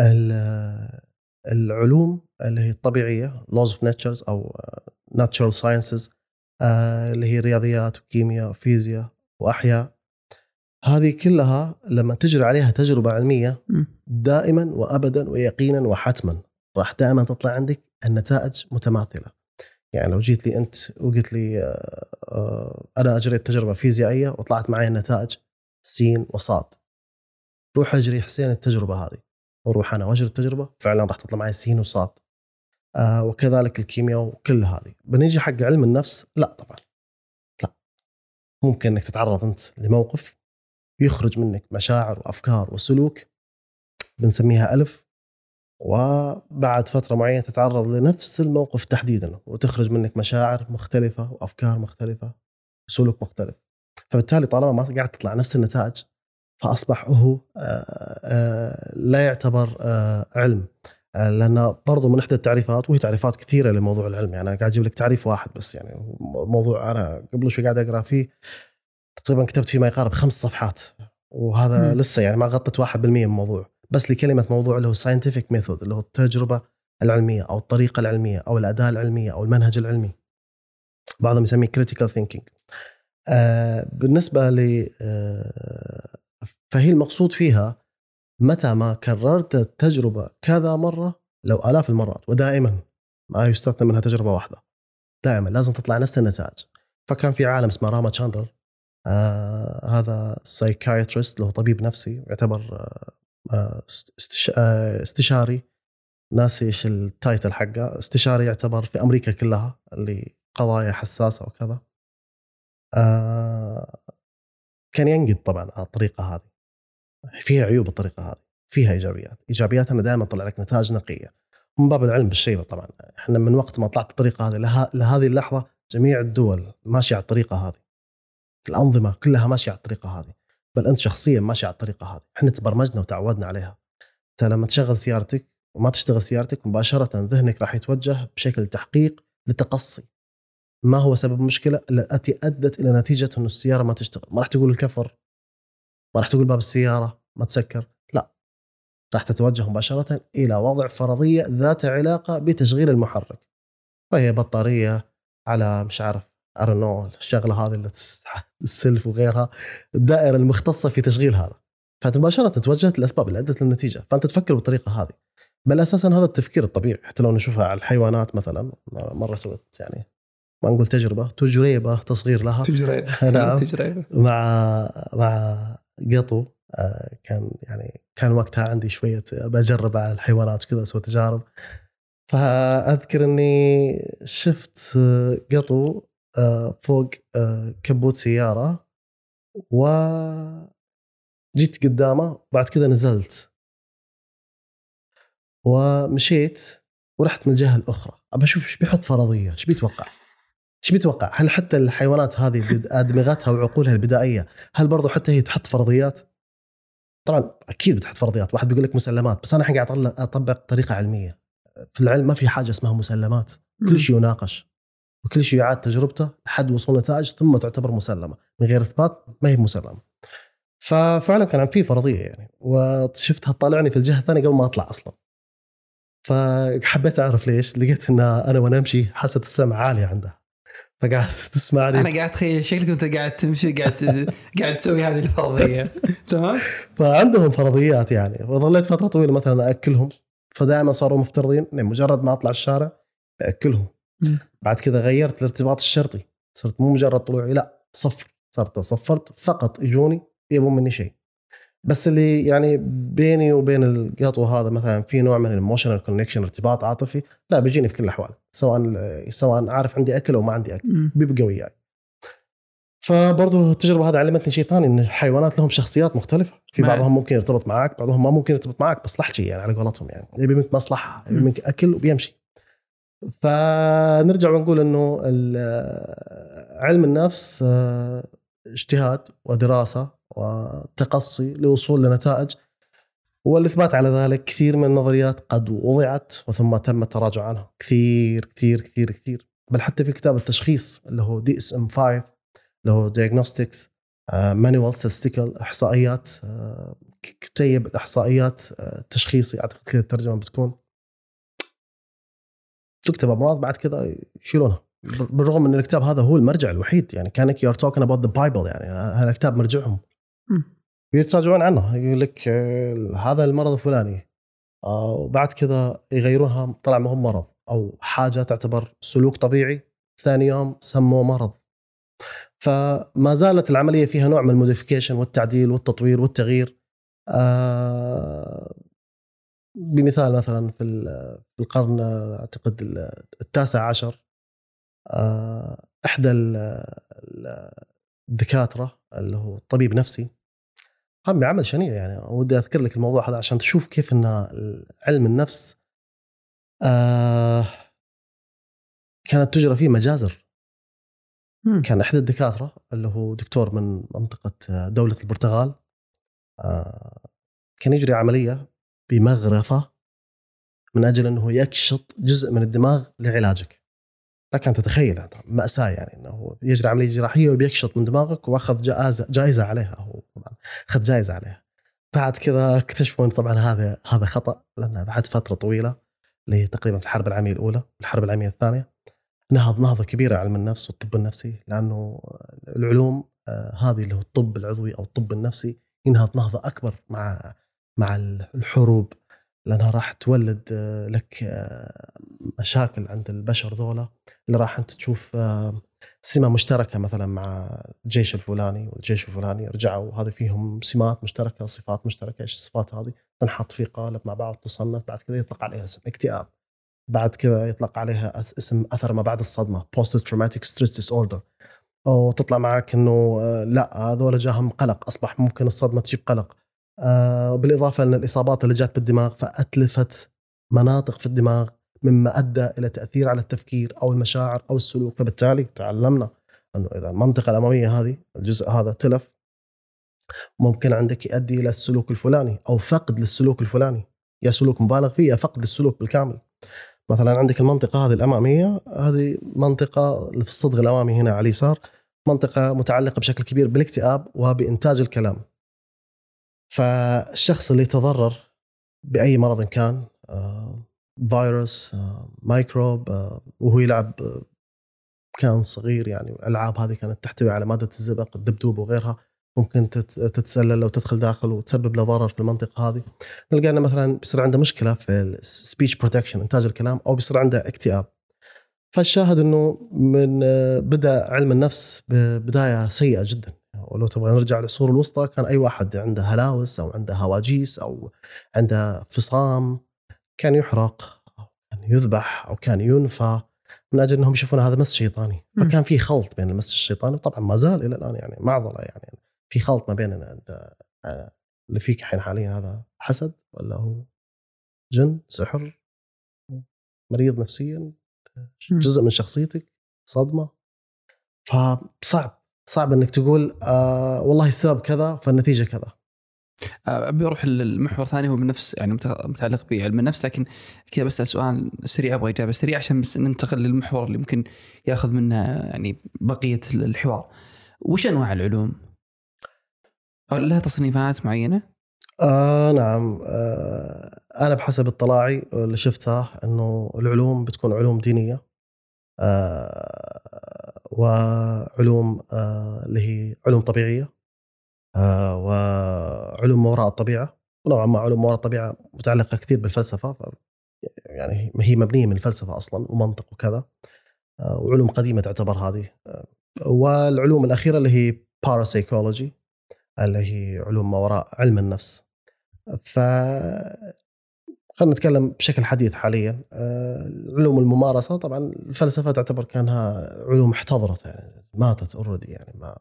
العلوم اللي هي الطبيعية laws of nature أو natural sciences، اللي هي رياضيات وكيمياء وفيزياء وأحياء، هذه كلها لما تجري عليها تجربة علمية دائما وأبدا ويقينا وحتما راح دائما تطلع عندك النتائج متماثلة. يعني لو جيت لي أنت وقلت لي أنا أجريت تجربة فيزيائية وطلعت معي النتائج سين وصاد، روح أجري حسين التجربة هذه وروح أنا وأجري التجربة فعلا راح تطلع معي سين وصاد. وكذلك الكيمياء وكل هذه. بنيجي حق علم النفس لا طبعا لا، ممكن أنك تتعرض أنت لموقف يخرج منك مشاعر وأفكار وسلوك بنسميها ألف، وبعد فترة معينة تتعرض لنفس الموقف تحديدا وتخرج منك مشاعر مختلفة وأفكار مختلفة وسلوك مختلف. فبالتالي طالما ما قاعد تطلع نفس النتائج فأصبح هو لا يعتبر علم، لأن برضو من إحدى التعريفات، وهي تعريفات كثيرة لموضوع العلم، يعني أنا قاعد أجيب لك تعريف واحد بس، يعني موضوع أنا قبل شوي قاعد أقرأ فيه تقريبا كتبت فيه ما يقارب 5 صفحات، وهذا لسه يعني ما غطت 1% من الموضوع، بس لكلمة موضوع اللي هو scientific method، اللي هو التجربة العلمية أو الطريقة العلمية أو الأداة العلمية أو المنهج العلمي، بعضهم يسميه critical thinking. بالنسبة لي فهي المقصود فيها متى ما كررت التجربة كذا مرة، لو آلاف المرات، ودائما ما يستثنى منها تجربة واحدة، دائما لازم تطلع نفس النتائج. فكان في عالم اسمه راما تشاندر، هذا سايكايترست، له طبيب نفسي، يعتبر استشاري، ناسي ايش التايتل حقه، استشاري يعتبر في أمريكا كلها اللي قضايا حساسة وكذا. كان ينقد طبعا على الطريقة هذه، فيها عيوب الطريقة هذه، فيها إيجابيات أنا دائما طلع لك نتائج نقية من باب العلم بالشيء. طبعا احنا من وقت ما طلعت الطريقة هذه لهذه اللحظة جميع الدول ماشية على الطريقة هذه، الأنظمة كلها ماشية على الطريقة هذه، بل أنت شخصيا ماشي على الطريقة هذه، احنا تبرمجنا وتعودنا عليها. أنت لما تشغل سيارتك وما تشتغل سيارتك مباشرة ذهنك راح يتوجه بشكل تحقيق لتقصي ما هو سبب المشكلة التي أدت إلى نتيجة أن السيارة ما تشتغل. ما راح تقول الكفر، ما راح تقول باب السيارة ما تسكر، لا، راح تتوجه مباشرة إلى وضع فرضية ذات علاقة بتشغيل المحرك، وهي بطارية على مش عارف أرنو الشغلة هذه اللي السلف وغيرها، الدائرة المختصة في تشغيل هذا. فأنت مباشرة توجهت الأسباب اللي أدت للنتيجة، فأنت تفكر بالطريقة هذه. بل أساسا هذا التفكير الطبيعي حتى لو نشوفها على الحيوانات مثلا، مرة سويت يعني ما نقول تجربة تصغير لها نعم، مع قطو. كان وقتها عندي شوية بجرب على الحيوانات كذا، أسوي تجارب. فأذكر أني شفت قطو فوق كبوت سيارة، وجيت قدامه، بعد كذا نزلت ومشيت ورحت من الجهة الأخرى أبى أشوف إيش بيحط فرضية، إيش بيتوقع. هل حتى الحيوانات هذه أدمغتها وعقولها البدائية هل برضو حتى هي تحط فرضيات؟ طبعا أكيد بتحط فرضيات، واحد بيقول لك مسلمات، بس أنا الحين قاعد أطبق طريقة علمية. في العلم ما في حاجة اسمها مسلمات، كل شيء يناقش وكل شيء يعاد تجربته لحد وصول نتائج ثم تعتبر مسلمة، من غير إثبات ما هي مسلمة. ففعلا كان في فرضية يعني، وشفتها تطالعني في الجهة الثانية قبل ما أطلع أصلا. فحبيت أعرف ليش، لقيت أن أنا وأنا أمشي حاسة السمع عالية عندها، فقاعد تسمعني. أنا قاعد أتخيل شكلك أنت قاعد تمشي قاعد تسوي هذه الفرضية. تمام. فعندهم فرضيات يعني، وظليت فترة طويلة مثلا أكلهم، فدائما صاروا مفترضين إن مجرد ما أطلع الشارع أكلهم. بعد كذا غيرت الارتباط الشرطي، صرت مو مجرد طلوعي، لا صفر، صفرت فقط يجوني يبون مني شيء. بس اللي يعني بيني وبين القطو هذا مثلا في نوع من الايموشنال كونكشن، ارتباط عاطفي، لا بيجيني في كل الأحوال، سواء عارف عندي أكل أو ما عندي أكل بيبقى وياي. فبرضو التجربة هذه علمتني شيء ثاني، إن الحيوانات لهم شخصيات مختلفة، في بعضهم ممكن يرتبط معك، بعضهم ما ممكن يرتبط معك مصلحتي يعني على قولتهم، يعني يبي منك مصلحة، يبي منك أكل وبيمشي. فنرجع ونقول إنه علم النفس اجتهاد ودراسة وتقصي لوصول لنتائج، والإثبات على ذلك كثير من النظريات قد وضعت وثم تم التراجع عنها كثير كثير كثير كثير. بل حتى في كتاب التشخيص اللي هو DSM-5 اللي هو Diagnostics Manual Statistical، إحصائيات، كتيب الإحصائيات التشخيصي، أعتقد كذا الترجمة بتكون، تكتب أمراض بعد كذا يشيلونها، بالرغم أن الكتاب هذا هو المرجع الوحيد، يعني كانك you're talking about the Bible، يعني هذا الكتاب مرجعهم يتراجعون عنه، يقول لك هذا المرض الفلاني، وبعد كذا يغيرونها، طلع ما هو مرض أو حاجة تعتبر سلوك طبيعي، ثاني يوم سموه مرض. فما زالت العملية فيها نوع من الموديفيكيشن والتعديل والتطوير والتغيير. بمثال مثلا في القرن أعتقد 19 إحدى الدكاترة اللي هو طبيب نفسي قام بعمل شنيع، يعني ودي أذكر لك الموضوع هذا عشان تشوف كيف أن علم النفس كانت تجرى فيه مجازر. كان أحد الدكاترة اللي هو دكتور من منطقة دولة البرتغال، كان يجري عملية بمغرفة من أجل أنه يكشط جزء من الدماغ لعلاجك. لك أن تتخيل هذا مأساة، يعني أنه يجري عملية جراحية وبيكشط من دماغك، وأخذ جائزة عليها، هو طبعا أخذ جائزة عليها. بعد كذا اكتشفوا أن طبعا هذا خطأ، لأن بعد فترة طويلة اللي تقريبا في الحرب العالمية الأولى والحرب العالمية الثانية نهضة كبيرة علم النفس والطب النفسي، لأنه العلوم هذه اللي هو الطب العضوي أو الطب النفسي ينهض نهضة أكبر مع الحروب، لأنها راح تولد لك مشاكل عند البشر ذولا، اللي راح أنت تشوف سمة مشتركة مثلا مع الجيش الفلاني والجيش الفلاني، رجعوا هذه فيهم سمات مشتركة، صفات مشتركة. إيش الصفات هذه؟ تنحط في قالب مع بعض، تصنف، بعد كذا يطلق عليها اسم اكتئاب، بعد كذا يطلق عليها اسم أثر ما بعد الصدمة post traumatic stress disorder، أو تطلع معك إنه لا هذول جاهم قلق، أصبح ممكن الصدمة تجيب قلق. بالإضافة أن الإصابات اللي جات بالدماغ فأتلفت مناطق في الدماغ، مما أدى إلى تأثير على التفكير أو المشاعر أو السلوك. فبالتالي تعلمنا أنه إذا المنطقة الأمامية هذه الجزء هذا تلف، ممكن عندك يؤدي إلى السلوك الفلاني أو فقد للسلوك الفلاني، يا سلوك مبالغ فيه يا فقد للسلوك بالكامل. مثلا عندك المنطقة هذه الأمامية، هذه منطقة في الصدغ الأمامي هنا على اليسار، منطقة متعلقة بشكل كبير بالاكتئاب وبإنتاج الكلام. فالشخص اللي يتضرر بأي مرض كان، فيروس، ميكروب، وهو يلعب كان صغير، يعني الألعاب هذه كانت تحتوي على مادة الزئبق، الدبدوب وغيرها، ممكن تتسلل أو تدخل داخل وتسبب له ضرر في المنطقة هذه. نلقى أنه مثلا بيصير عنده مشكلة في السبيتش بروتكشن، إنتاج الكلام، أو بيصير عنده اكتئاب. فالشاهد أنه من بدأ علم النفس ببداية سيئة جدا. ولو تبغى نرجع للعصور الوسطى، كان أي واحد عنده هلاوس أو عنده هواجيس أو عنده فصام كان يحرق أو كان يذبح أو كان ينفى، من أجل أنهم يشوفون هذا مس شيطاني. فكان في خلط بين المس الشيطاني، وطبعا ما زال إلى الآن يعني معضلة، يعني في خلط ما بيننا. أنت اللي فيك حين حاليا هذا حسد، ولا هو جن، سحر، مريض نفسيا، جزء من شخصيتك، صدمة. فصعب أنك تقول والله السبب كذا فالنتيجة كذا. أبي أروح للمحور ثاني، هو من نفس يعني متعلق بعلم النفس، لكن كذا بس سؤال سريع، أبغى إجابة سريعة عشان بس ننتقل للمحور اللي ممكن يأخذ منه يعني بقية الحوار. وش أنواع العلوم؟ أو لها تصنيفات معينة؟ نعم. أنا بحسب اطلاعي اللي شفتها أنه العلوم بتكون علوم دينية، وعلوم اللي هي علوم طبيعية، وعلوم ما وراء الطبيعة. ونوعا ما علوم ما وراء الطبيعة متعلقة كثير بالفلسفة، يعني هي مبنية من الفلسفة أصلا ومنطق وكذا، وعلوم قديمة تعتبر هذه. والعلوم الأخيرة اللي هي parapsychology، اللي هي علوم ما وراء علم النفس. خلينا نتكلم بشكل حديث حاليا. علوم الممارسة طبعا الفلسفة تعتبر كانها علوم احتضرت، يعني ماتت already، يعني ما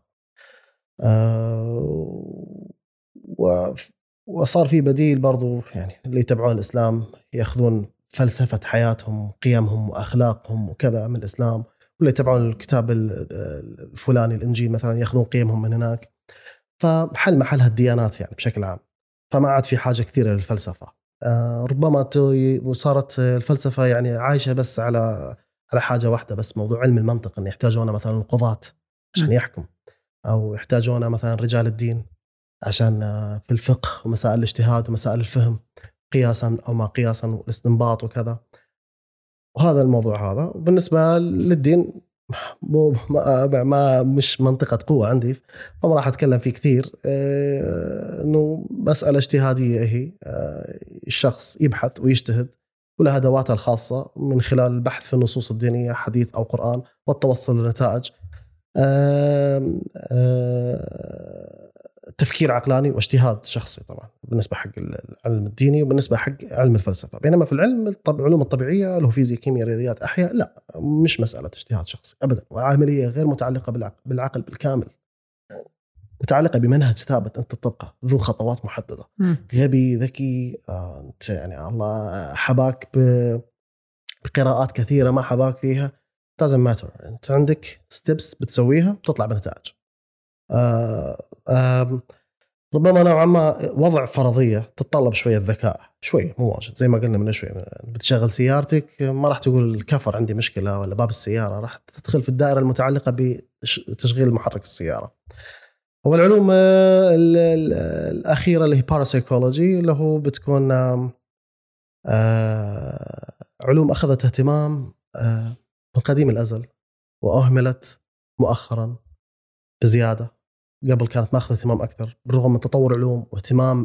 وصار في بديل برضو، يعني اللي يتبعون الإسلام يأخذون فلسفة حياتهم، قيمهم وأخلاقهم وكذا من الإسلام، واللي يتبعون الكتاب الفلاني الإنجيل مثلا يأخذون قيمهم من هناك. فحل محلها الديانات يعني بشكل عام، فما عاد في حاجة كثيرة للفلسفة. ربما صارت الفلسفة يعني عايشة بس على حاجة واحدة بس، موضوع علم المنطق، أن يحتاجون مثلا القضاة عشان يحكم، أو يحتاجون مثلا رجال الدين عشان في الفقه ومسائل الاجتهاد ومسائل الفهم، قياسا أو ما قياسا والاستنباط وكذا. وهذا الموضوع هذا. وبالنسبة للدين ما مش منطقة قوة عندي، فما راح أتكلم فيه كثير. إنه مسألة اجتهادية هي، الشخص يبحث ويجتهد وله أدواته الخاصة من خلال البحث في النصوص الدينية، حديث أو قرآن، والتوصل لنتائج تفكير عقلاني واجتهاد شخصي طبعا بالنسبة حق العلم الديني وبالنسبة حق علم الفلسفة. بينما في العلم العلوم الطبيعية اللي هو فيزياء، كيمياء، رياضيات، أحياء، لا مش مسألة اجتهاد شخصي أبدا، وعملية غير متعلقة بالعقل بالكامل، متعلقة بمنهج ثابت أنت تطبقه ذو خطوات محددة. غبي ذكي، أنت يعني الله حباك بقراءات كثيرة، ما حباك فيها، doesn't matter. أنت عندك steps بتسويها بتطلع بنتائج. ربما نوعا ما وضع فرضية تتطلب شوية ذكاء، شوية مو واجد، زي ما قلنا من شوي. بتشغل سيارتك ما راح تقول الكفر عندي مشكلة ولا باب السيارة، راح تدخل في الدائرة المتعلقة بتشغيل محرك السيارة. والعلوم الأخيرة اللي هي باراسايكولوجي، اللي هو بتكون علوم أخذت اهتمام من قديم الأزل وأهملت مؤخرا بزيادة. قبل كانت ماخذ اهتمام أكثر بالرغم من تطور العلوم واهتمام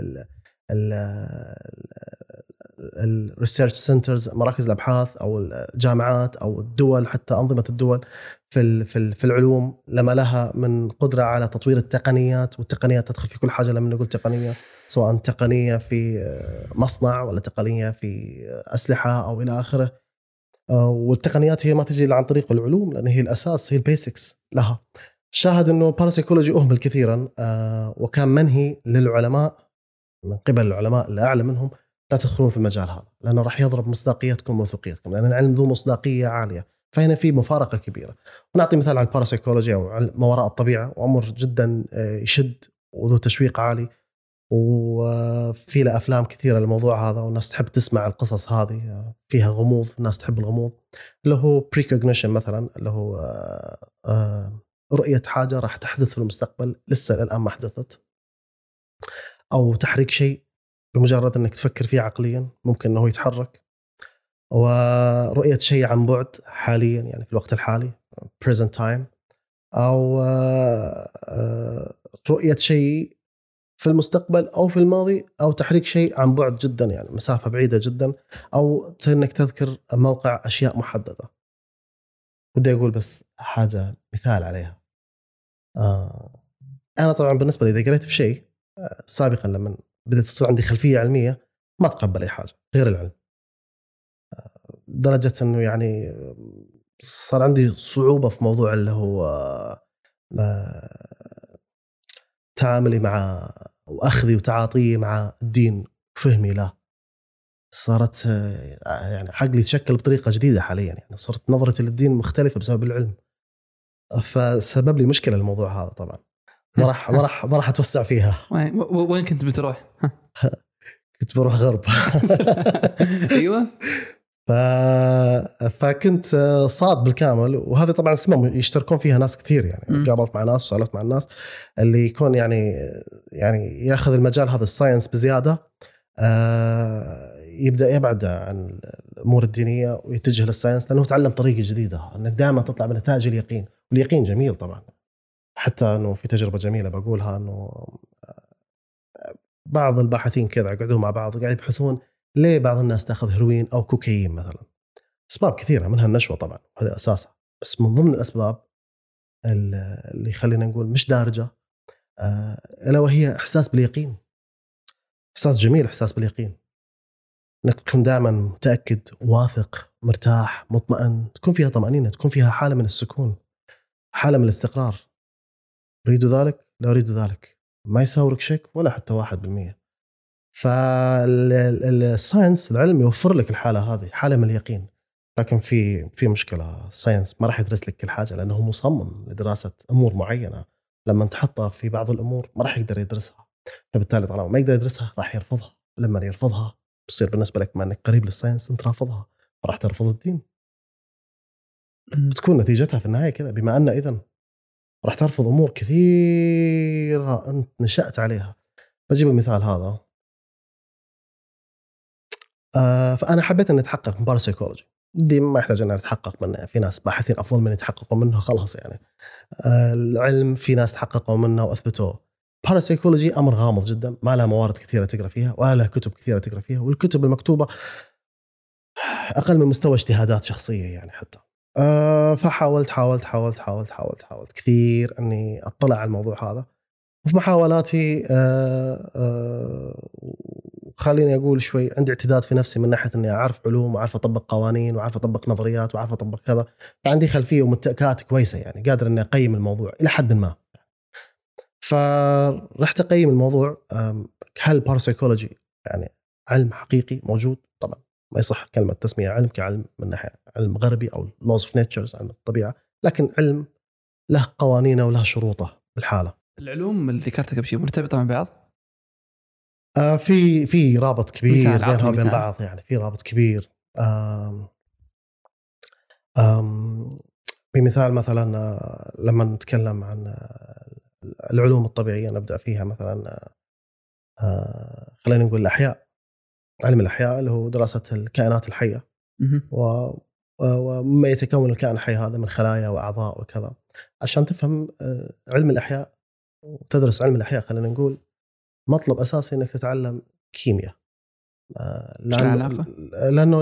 الريسيرش سنترز، مراكز الأبحاث أو الجامعات أو الدول، حتى أنظمة الدول في العلوم، لما لها من قدرة على تطوير التقنيات. والتقنيات تدخل في كل حاجة. لما نقول تقنية، سواء تقنية في مصنع ولا تقنية في أسلحة أو إلى آخره. والتقنيات هي ما تجي عن طريق العلوم، لأن هي الأساس، هي البيسكس لها. شاهد أنه باراسايكولوجي أهمل كثيرا، وكان منهي للعلماء من قبل العلماء اللي أعلى منهم لا تدخلون في المجال هذا، لأنه راح يضرب مصداقيتكم وموثوقيتكم، لأن العلم ذو مصداقية عالية. فهنا في مفارقة كبيرة. ونعطي مثال على الباراسايكولوجي أو ما وراء الطبيعة، وأمر جدا يشد وذو تشويق عالي، وفي له أفلام كثيرة للموضوع هذا، والناس تحب تسمع القصص هذه، فيها غموض، الناس تحب الغموض. اللي هو بريكوجنيشن مثلا، اللي هو رؤية حاجة راح تحدث في المستقبل لسه الآن ما حدثت، أو تحريك شيء بمجرد أنك تفكر فيه عقليا ممكن أنه يتحرك. ورؤية شيء عن بعد حاليا، يعني في الوقت الحالي present time، أو رؤية شيء في المستقبل أو في الماضي، أو تحريك شيء عن بعد جدا، يعني مسافة بعيدة جدا، أو أنك تذكر موقع أشياء محددة. بدي أقول بس حاجة مثال عليها. أنا طبعا بالنسبة لي إذا قريت في شيء سابقا، لما بدأت تصير عندي خلفية علمية، ما تقبل أي حاجة غير العلم. درجة أنه يعني صار عندي صعوبة في موضوع اللي هو تعاملي مع وأخذي وتعاطي مع الدين وفهمي له. صارت يعني عقلي تشكل بطريقة جديدة حاليا، يعني صرت نظرتي للدين مختلفة بسبب العلم. فسبب لي مشكلة الموضوع هذا. طبعا ما راح أتوسع فيها. وين كنت بتروح؟ كنت بروح غرب. أيوة. فكنت صاد بالكامل. وهذا طبعا اسمه يشتركون فيها ناس كثير، يعني قابلت مع ناس وسألت مع الناس اللي يكون يعني ياخذ المجال هذا الساينس بزيادة، يبدأ يبعد عن الأمور الدينية ويتجه للساينس، لأنه تعلم طريقة جديدة أنك دائما تطلع بنتائج اليقين. واليقين جميل طبعا. حتى أنه في تجربة جميلة بقولها، أنه بعض الباحثين كذا قعدوا مع بعض وقاعد يبحثون ليه بعض الناس تأخذ هيروين أو كوكايين مثلا. أسباب كثيرة، منها النشوة طبعا، هذا أساسها. بس من ضمن الأسباب اللي خلينا نقول مش دارجة، ألا وهي إحساس باليقين. إحساس جميل، إحساس باليقين، أنك تكون دائما متأكد، واثق، مرتاح، مطمئن، تكون فيها طمأنينة، تكون فيها حالة من السكون، حالة من الاستقرار. أريد ذلك، لا أريد ذلك، ما يساورك شك ولا حتى 1%. فالساينس، العلم، يوفر لك الحالة هذه، حالة من اليقين. لكن في مشكلة، الساينس ما راح يدرس لك كل حاجة، لأنه مصمم لدراسة أمور معينة. لما تحطها في بعض الأمور ما راح يقدر يدرسها، فبالتالي طالما ما يقدر يدرسها راح يرفضها. لما يرفضها بصير بالنسبة لك، ما أنك قريب للساينس أنت رافضها، فراح ترفض الدين. بتكون نتيجتها في النهاية كذا. بما أن إذن راح ترفض أمور كثيرة أنت نشأت عليها. بجيب المثال هذا. فأنا حبيت أن أتحقق من باراسايكولوجي. دي ما يحتاج أن أتحقق منه، في ناس باحثين أفضل من يتحققوا منه خلاص. يعني العلم في ناس تحققوا منه وأثبتوه. باراسايكولوجي أمر غامض جدا، ما لها موارد كثيرة تقرأ فيها ولا لها كتب كثيرة تقرأ فيها، والكتب المكتوبة أقل من مستوى اجتهادات شخصية يعني حتى. فحاولت كثير أني أطلع على الموضوع هذا. وفي محاولاتي خليني أقول شوي عندي اعتداد في نفسي من ناحية أني أعرف علوم وأعرف أطبق قوانين وأعرف أطبق نظريات وأعرف أطبق كذا. فعندي خلفية ومتكات كويسة، يعني قادر أني أقيم الموضوع إلى حد ما. فرحت أقيم الموضوع، هل باراسايكولوجي يعني علم حقيقي موجود؟ طبعا ما يصح كلمة تسمية علم كعلم من ناحية علم غربي أو laws of nature، علم الطبيعة، لكن علم له قوانينه وله شروطه بالحالة. العلوم اللي ذكرتها قبل شيء مرتبطة مع بعض؟ في رابط كبير بينها وبين مثال. بعض، يعني في رابط كبير. بمثال مثلا لما نتكلم عن العلوم الطبيعية نبدأ فيها مثلا، خلينا نقول الأحياء. علم الأحياء اللي هو دراسة الكائنات الحية وما يتكون الكائن الحي هذا من خلايا وأعضاء وكذا. عشان تفهم علم الأحياء وتدرس علم الأحياء، خلينا نقول مطلب أساسي أنك تتعلم كيمياء. لأنه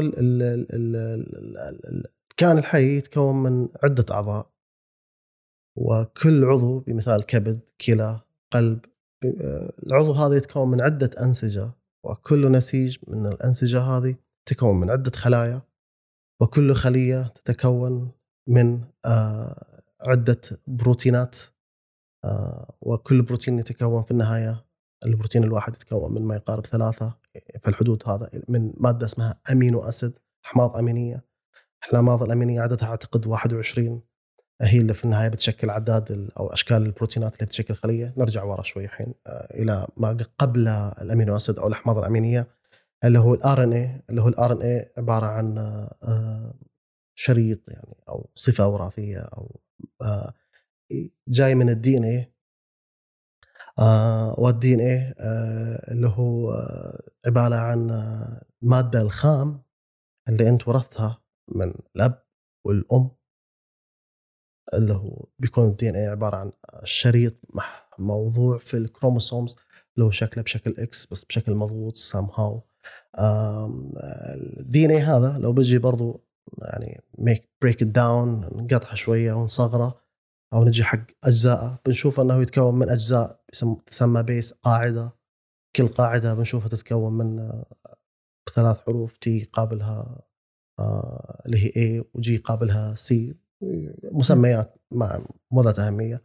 الكائن الحي يتكون من عدة أعضاء، وكل عضو بمثال كبد، كلى، قلب، العضو هذا يتكون من عدة أنسجة، وكل نسيج من الأنسجة هذه تتكون من عدة خلايا، وكل خلية تتكون من عدة بروتينات، وكل بروتين يتكون في النهاية، البروتين الواحد يتكون من ما يقارب 3 في الحدود هذا من مادة اسمها أمينو أسيد، أحماض أمينية. الأحماض الأمينية عددها أعتقد 21، هي اللي في النهاية بتشكل عداد أو أشكال البروتينات اللي بتشكل خلية. نرجع ورا شوي حين إلى ما قبل الأمينو أسيد أو الأحماض الأمينية، اللي هو الRNA عبارة عن شريط يعني أو صفة وراثية أو جاي من الDNA. والDNA اللي هو عبارة عن مادة الخام اللي أنت ورثتها من الأب والأم، اللي هو بيكون الDNA عبارة عن شريط موضوع في الكروموسومز اللي هو شكله بشكل إكس بس بشكل مضغوط somehow. الDNA هذا لو بيجي برضو يعني break it down، نقطعها شوية ونصغره أو نجي حق أجزاء، بنشوف أنه يتكون من أجزاء تسمى بيس، قاعدة. كل قاعدة بنشوفها تتكون من 3 حروف، T قابلها اللي هي A وجي قابلها C، مسميات مو ذات أهمية.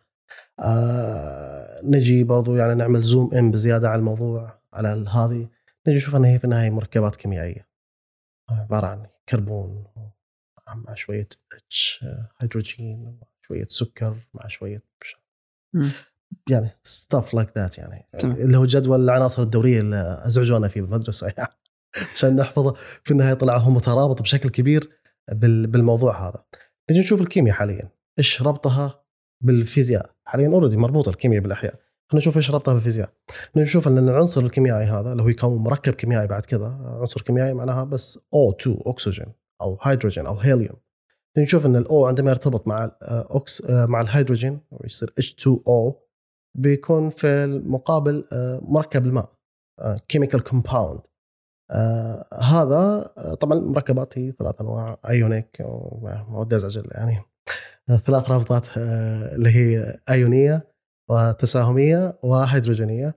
نجي برضو يعني نعمل زوم إن بزيادة على الموضوع على هذه، نجي نشوف أنها هي في النهاية مركبات كيميائية عبارة عن كربون مع شوية هيدروجين مع شوية سكر مع شوية يعني stuff like that، يعني اللي هو جدول العناصر الدورية اللي أزعجونا فيه بالمدرسة يعني عشان نحفظه. في النهاية طلع هو مترابط بشكل كبير بالموضوع هذا. نجي نشوف الكيمياء حاليا إيش ربطها بالفيزياء. حاليا أوريدي مربوطة الكيمياء بالأحياء، خلينا نشوف إيش ربطها بالفيزياء. نشوف أن العنصر الكيميائي هذا اللي هو يكون مركب كيميائي، بعد كذا عنصر كيميائي معناها بس O2 أكسجين أو هيدروجين أو هيليوم. نشوف أن الأو عندما يرتبط مع مع الهيدروجين ويصير H2O، بيكون في المقابل مركب الماء chemical compound. هذا طبعا مركبات هي 3 أنواع، أيونيك مواد أزعجل يعني 3 رابطات اللي هي أيونية وتساهمية وهيدروجينية.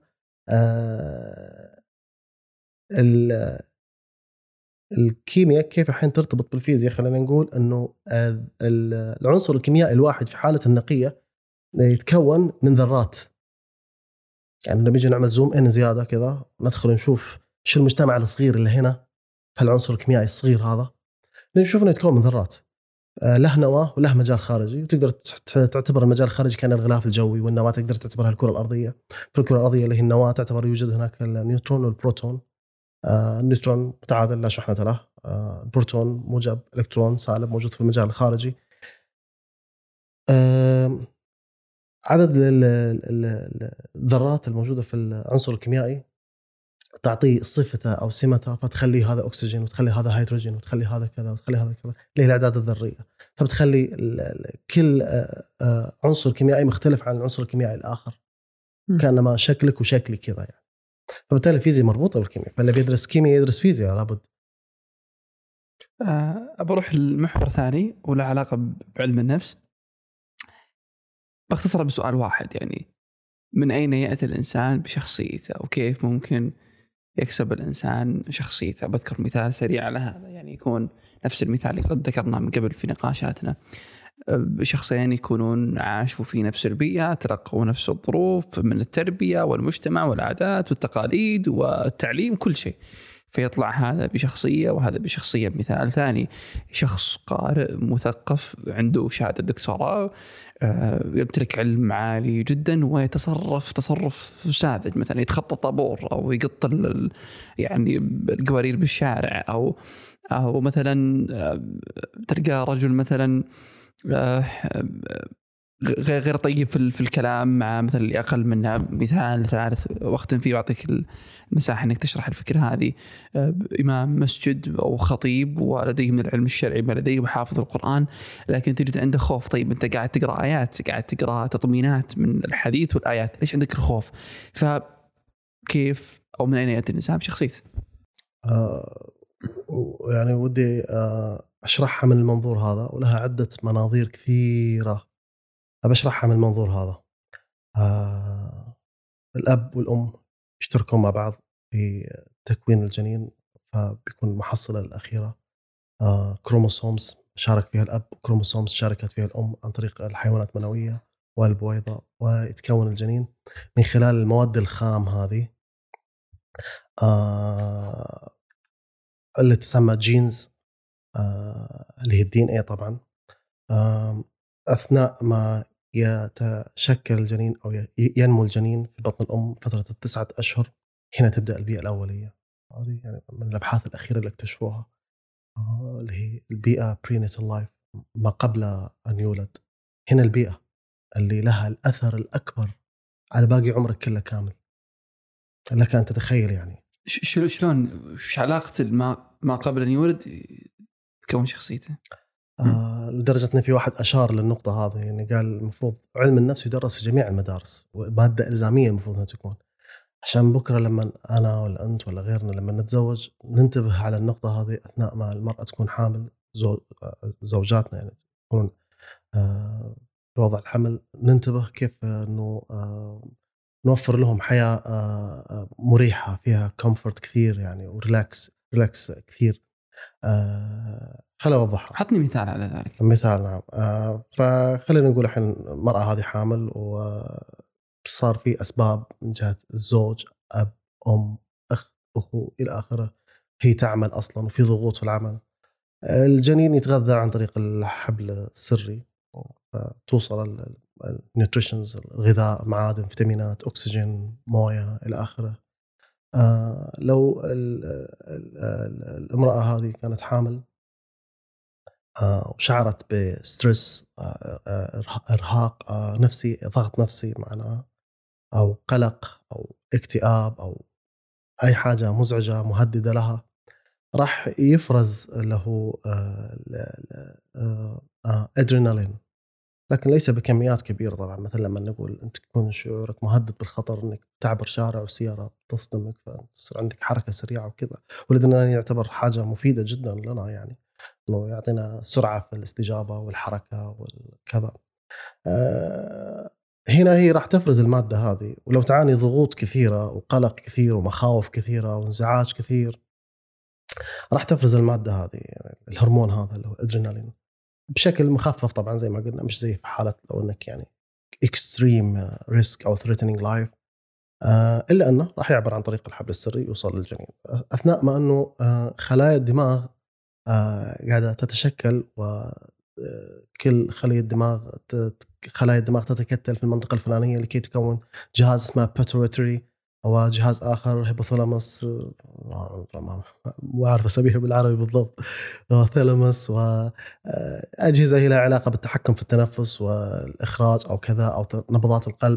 الكيمياء كيف الحين ترتبط بالفيزياء؟ خلينا نقول أنه العنصر الكيميائي الواحد في حالة النقية يتكون من ذرات. يعني لما نيجي نعمل زوم إن زيادة كذا ندخل نشوف شو المجتمع الصغير اللي هنا في العنصر الكيميائي الصغير هذا، نشوف إنه يتكون من ذرات له نواة وله مجال خارجي، وتقدر تعتبر المجال الخارجي كان الغلاف الجوي، والنواة تقدر تعتبرها الكرة الأرضية. في الكرة الأرضية اللي هي النواة تعتبر يوجد هناك النيوترون والبروتون. النيوترون متعادل لا شحنة له، البروتون موجب، إلكترون سالب موجود في المجال الخارجي. عدد الذرات الموجودة في العنصر الكيميائي تعطيه صفته أو سمته، فتخلي هذا أكسجين وتخلي هذا هيدروجين وتخلي هذا كذا وتخلي هذا كذا، اللي هي الأعداد الذرية. فبتخلي كل عنصر كيميائي مختلف عن العنصر الكيميائي الآخر، كأنما شكلك وشكلي كذا يعني. فبالتالي الفيزياء مربوطة بالكيمياء، فاللي بيدرس كيمياء يدرس فيزياء لابد. بروح المحور ثاني وله علاقة بعلم النفس. باختصر بسؤال واحد، يعني من أين يأتي الإنسان بشخصيته، وكيف ممكن يكسب الإنسان شخصيته؟ بذكر مثال سريع على هذا، يعني يكون نفس المثال اللي قد ذكرناه من قبل في نقاشاتنا. شخصين يكونون عاشوا في نفس البيئة، تلقوا نفس الظروف من التربية والمجتمع والعادات والتقاليد والتعليم، كل شيء. فيطلع هذا بشخصية وهذا بشخصية. بمثال ثاني، شخص قارئ مثقف عنده شهادة دكتوراه، يمتلك علم عالي جدا ويتصرف تصرف ساذج، مثلا يتخطى طابور أو يقط يعني القوارير بالشارع، أو مثلا تلقى رجل مثلا غير طيب في الكلام مع مثل اللي أقل منها. مثال ثالث وقت فيه يعطيك المساحة أنك تشرح الفكرة هذه، إمام مسجد أو خطيب ولديه من العلم الشرعي ما لديه وحافظ القرآن، لكن تجد عنده خوف. طيب أنت قاعد تقرأ آيات، قاعد تقرأ تطمينات من الحديث والآيات، ليش عندك الخوف؟ فكيف أو من أين يأتي الإنسان بشخصيته؟ يعني ودي أشرحها من المنظور هذا، ولها عدة مناظير كثيرة أشرحها من المنظور هذا. الأب والأم يشتركون مع بعض في تكوين الجنين، فبيكون المحصلة الأخيرة كروموسومز شارك فيها الأب، كروموسومز شاركت فيها الأم عن طريق الحيوانات المنوية والبويضة، ويتكون الجنين من خلال المواد الخام هذه اللي تسمى جينز، اللي هي الدين اي طبعا. أثناء ما يتشكل الجنين أو ينمو الجنين في بطن الأم فترة 9 أشهر، هنا تبدأ البيئة الأولية. هذه يعني من الأبحاث الأخيرة اللي اكتشفوها، اللي هي البيئة prenatal life، ما قبل أن يولد. هنا البيئة اللي لها الأثر الأكبر على باقي عمرك كله كامل، لك أن تتخيل يعني. شلون وش علاقة ما قبل أن يولد تكون شخصيته؟ لدرجة أن في واحد أشار للنقطة هذه، يعني قال المفروض علم النفس يدرس في جميع المدارس، ومادة إلزامية المفروض أنها تكون، عشان بكرة لما أنا ولا أنت ولا غيرنا لما نتزوج ننتبه على النقطة هذه أثناء ما المرأة تكون حامل. زوجاتنا يعني يكونون في وضع الحمل، ننتبه كيف أنه نوفر لهم حياة مريحة فيها كومفورت كثير يعني، وريلاكس كثير. خليني أوضحها. حطني مثال على ذلك. مثال، نعم. فخلينا نقول الحين المرأة هذه حامل، وصار في أسباب من جهة الزوج، أب، أم، أخت، أخو إلى آخره، هي تعمل أصلا وفي ضغوط في العمل. الجنين يتغذى عن طريق الحبل السري، توصل النيوتريشنز، الغذاء، معادن، فيتامينات، أكسجين، موية إلى آخره. لو الامرأة هذه كانت حامل وشعرت بستريس، إرهاق نفسي، ضغط نفسي معناه، أو قلق أو اكتئاب أو أي حاجة مزعجة مهددة لها، راح يفرز له أدرينالين، لكن ليس بكميات كبيرة طبعا. مثل لما نقول أنت تكون شعورك مهدد بالخطر، أنك تعبر شارع وسيارة تصدمك فتصير عندك حركة سريعة وكذا، والأدرينالين يعتبر حاجة مفيدة جدا لنا، يعني إنه يعطينا سرعة في الاستجابة والحركة والكذا. هنا هي راح تفرز المادة هذه، ولو تعاني ضغوط كثيرة وقلق كثير ومخاوف كثيرة وانزعاج كثير، راح تفرز المادة هذه، يعني الهرمون هذا اللي هو الأدرينالين، بشكل مخفف طبعا زي ما قلنا، مش زي في حالة لو أنك يعني extreme risk أو threatening life. إلا أنه راح يعبر عن طريق الحبل السري يوصل للجنين، أثناء ما أنه خلايا الدماغ قاعدة تتشكل، وكل خلايا الدماغ تتكتل في المنطقة الفلانية لكي تكون جهاز اسمه pituitary، وجهاز آخر هيبوثالاموس، مو عارف أسميها بالعربي بالضبط، ثالاموس، وأجهزة هي لها علاقة بالتحكم في التنفس والإخراج أو كذا، أو نبضات القلب.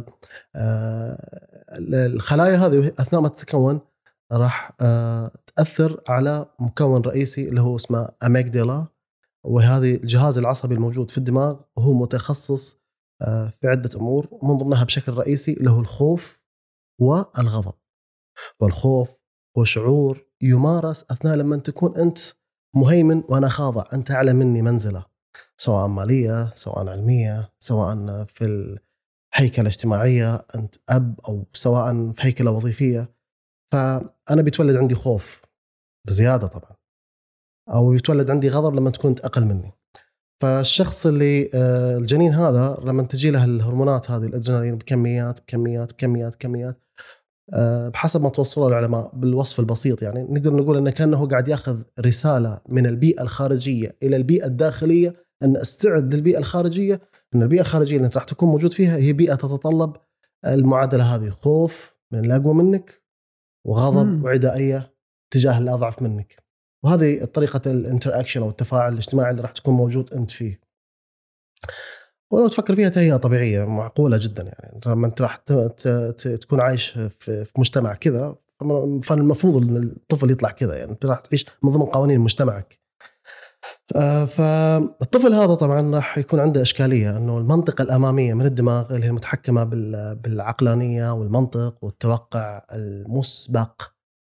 الخلايا هذه أثناء ما تتكون راح تأثر على مكون رئيسي اللي هو اسمه أميجدالا، وهذه الجهاز العصبي الموجود في الدماغ، وهو متخصص في عدة أمور، من ضمنها بشكل رئيسي اللي هو الخوف والغضب. والخوف هو شعور يمارس أثناء لما تكون أنت مهيمن وأنا خاضع، أنت أعلى مني منزلة، سواء مالية، سواء علمية، سواء في الهيكلة الاجتماعية، أنت أب، أو سواء في هيكلة وظيفية. فأنا بيتولد عندي خوف بزيادة طبعا، أو يتولد عندي غضب لما تكون أقل مني. فالشخص اللي الجنين هذا لما تجي له الهرمونات هذه الأدرينالين بكميات كميات كميات كميات، بحسب ما توصله العلماء بالوصف البسيط، يعني نقدر نقول أنه كأنه قاعد يأخذ رسالة من البيئة الخارجية إلى البيئة الداخلية، أن استعد للبيئة الخارجية، أن البيئة الخارجية اللي راح تكون موجود فيها هي بيئة تتطلب المعادلة هذه: خوف من الأقوى منك، وغضب وعدائية تجاه الأضعف منك. وهذه طريقة الانتراكشن أو التفاعل الاجتماعي اللي راح تكون موجود أنت فيه. ولو تفكر فيها هي طبيعية معقولة جدا، يعني لما أنت راح تكون عايش في مجتمع كذا، فالمفروض أن الطفل يطلع كذا، يعني أنت راح تعيش من ضمن قوانين مجتمعك. فالطفل هذا طبعا راح يكون عنده إشكالية أنه المنطقة الأمامية من الدماغ اللي هي المتحكمة بالعقلانية والمنطق والتوقع المسبق،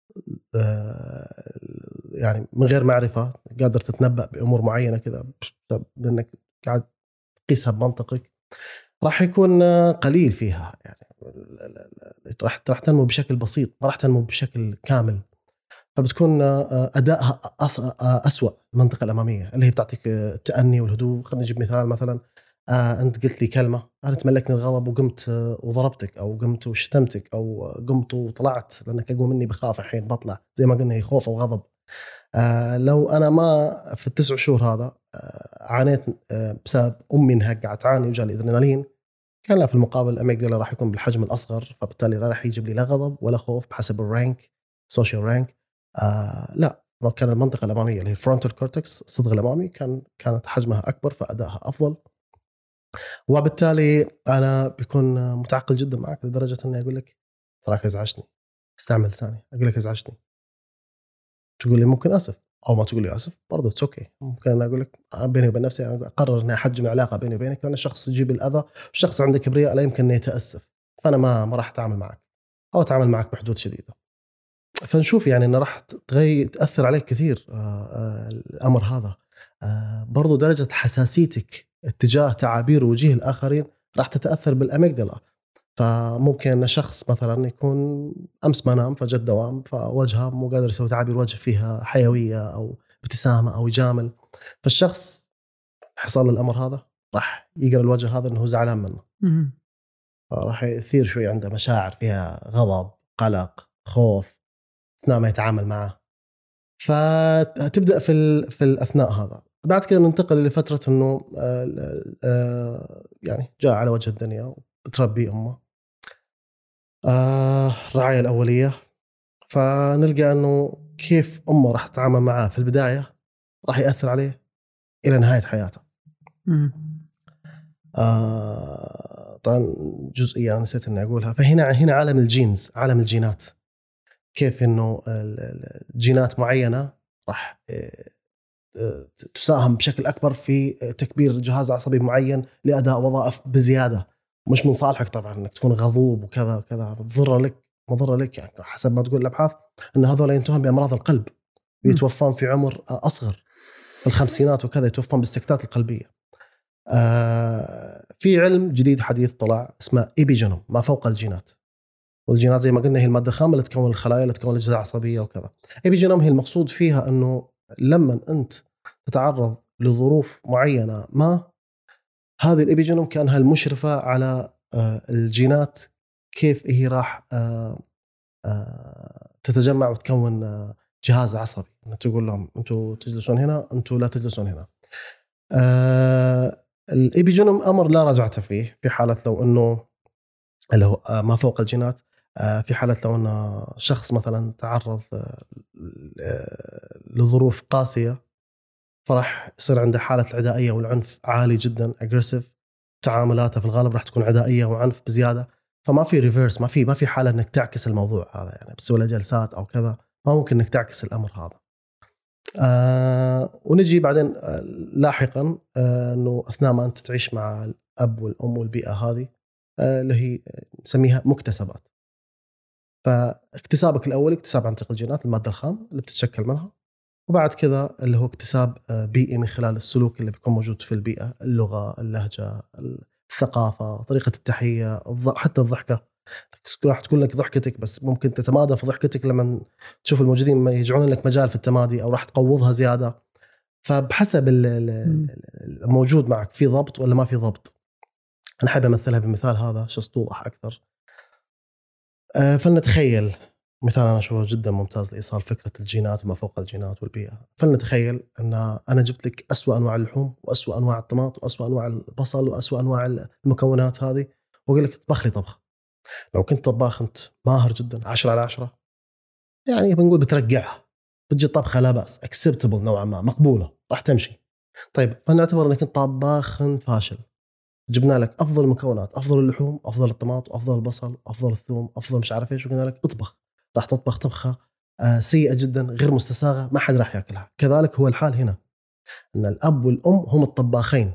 يعني من غير معرفة قادر تتنبأ بأمور معينة كذا لأنك قاعد تقيسها بمنطقك، راح يكون قليل فيها، يعني راح تنمو بشكل بسيط، ما راح تنمو بشكل كامل. فبتكون أدائها أسوأ المنطقة الأمامية اللي هي بتعطيك التأني والهدوء. خلينا نجيب مثال، مثلا أنت قلت لي كلمة، أنا تملكني الغضب وقمت وضربتك، أو قمت وشتمتك، أو قمت وطلعت لأنك أقوى مني، بخاف الحين بطلع زي ما قلنا، هي خوف أو غضب. لو أنا ما في ال9 شهور هذا عانيت بسبب أمي إنها قاعد تعاني وجالي إدرينالين، كان لا في المقابل الأميجدلا راح يكون بالحجم الأصغر، فبالتالي لا راح يجيب لي لا غضب ولا خوف بحسب الرانك، سوشيال رانك. لا، كان المنطقة الأمامية اللي هي الفرونتال كورتكس، الصدغ الأمامي، كانت حجمها أكبر فأدائها أفضل، وبالتالي أنا بيكون متعقل جدا معك لدرجة أني أقول لك تراك ازعجتني، استعمل لساني أقول لك ازعجتني، تقول لي ممكن أسف، أو ما تقول لي أسف برضو تسوكي. ممكن أنا أقول لك بيني وبين نفسي أقرر أني أحجم العلاقة بيني وبينك، لأن الشخص يجيب الأذى، الشخص عنده كبرياء لا يمكن أن يتأسف، فأنا ما راح أتعامل معك، أو أتعامل معك بحدود شديدة. فنشوف يعني أنه راح تأثر عليك كثير الأمر هذا. برضو درجة حساسيتك اتجاه تعابير وجيه الآخرين راح تتأثر بالأميجدلا. فممكن أن شخص مثلا يكون أمس ما نام فجد دوام، فوجهه مو قادر يسوي تعابير وجه فيها حيوية أو ابتسامة أو يجامل، فالشخص حصل الأمر هذا راح يقرأ الوجه هذا أنه زعلان منه، راح يثير شوي عنده مشاعر فيها غضب، قلق، خوف، أثناء ما يتعامل معه. فتبدأ في الأثناء هذا. بعد كده ننتقل لفترة أنه يعني جاء على وجه الدنيا وتربي أمه، الرعاية الأولية، فنلقى أنه كيف أمه راح تتعامل معه في البداية راح يأثر عليه إلى نهاية حياته. طبعا جزئية أنا نسيت أني أقولها، فهنا عالم الجينز، عالم الجينات، كيف أنه الجينات معينة راح تساهم بشكل أكبر في تكبير جهاز عصبي معين لأداء وظائف بزيادة، مش من صالحك طبعا أنك تكون غضوب وكذا وكذا، بتضر لك مضرة لك، يعني حسب ما تقول الأبحاث أن هذول ينتهون بأمراض القلب، يتوفون في عمر أصغر، في الخمسينات وكذا، يتوفون بالسكتات القلبية. في علم جديد حديث طلع اسمه إيبيجينوم، ما فوق الجينات. والجينات زي ما قلنا هي المادة الخام اللي تكون الخلايا، اللي تكون الأجزاء العصبية وكذا. إيبيجينوم هي المقصود فيها أنه لما أنت تتعرض لظروف معينة، ما هذه الإيبيجينوم كأنها المشرفة على الجينات، كيف هي راح تتجمع وتكون جهاز عصبي، تقول لهم أنتوا تجلسون هنا، أنتوا لا تجلسون هنا. الإيبيجينوم أمر لا رجعة فيه في حالة لو أنه اللي هو ما فوق الجينات، في حالة لو أن شخص مثلا تعرض لظروف قاسية، فراح يصير عنده حالة العدائية والعنف عالي جدا، aggressive، تعاملاته في الغالب راح تكون عدائية وعنف بزيادة. فما في ريفيرس، ما في حالة انك تعكس الموضوع هذا، يعني بتسوي له جلسات او كذا ما ممكن انك تعكس الامر هذا. ونجي بعدين لاحقا انه اثناء ما انت تعيش مع الاب والام والبيئة هذه اللي هي نسميها مكتسبات. فاكتسابك الاول اكتساب عن طريق الجينات، المادة الخام اللي بتتشكل منها، وبعد كذا اللي هو اكتساب بيئي من خلال السلوك اللي بيكون موجود في البيئة، اللغة، اللهجة، الثقافة، طريقة التحية، حتى الضحكة. راح تكون لك ضحكتك بس ممكن تتمادى في ضحكتك لما تشوف الموجودين ما يجعلون لك مجال في التمادي، أو راح تقوضها زيادة. فبحسب الموجود معك في ضبط ولا ما في ضبط. أنا حابب أمثلها بمثال هذا عشان توضح أكثر. فلنتخيل مثال أنا أشوفه جدا ممتاز لإيصال فكرة الجينات وما فوق الجينات والبيئة. فلنتخيل أن أنا جبت لك أسوأ أنواع اللحوم وأسوأ أنواع الطماط وأسوأ أنواع البصل وأسوأ أنواع المكونات هذه، وأقول لك اطبخ لي طبخ. لو كنت طباخ أنت ماهر جدا 10/10، يعني بنقول بترجعها، بتجي طبخة لا بأس acceptable نوعا ما، مقبولة، راح تمشي. طيب فلنعتبر أنك كنت طباخ فاشل، جبنا لك أفضل المكونات، أفضل اللحوم، أفضل الطماط، وأفضل البصل، أفضل الثوم، أفضل مش عارف إيش، وقلنا لك اطبخ. راح تطبخ طبخة سيئة جدا غير مستساغة، ما حد راح يأكلها. كذلك هو الحال هنا، أن الأب والأم هم الطباخين،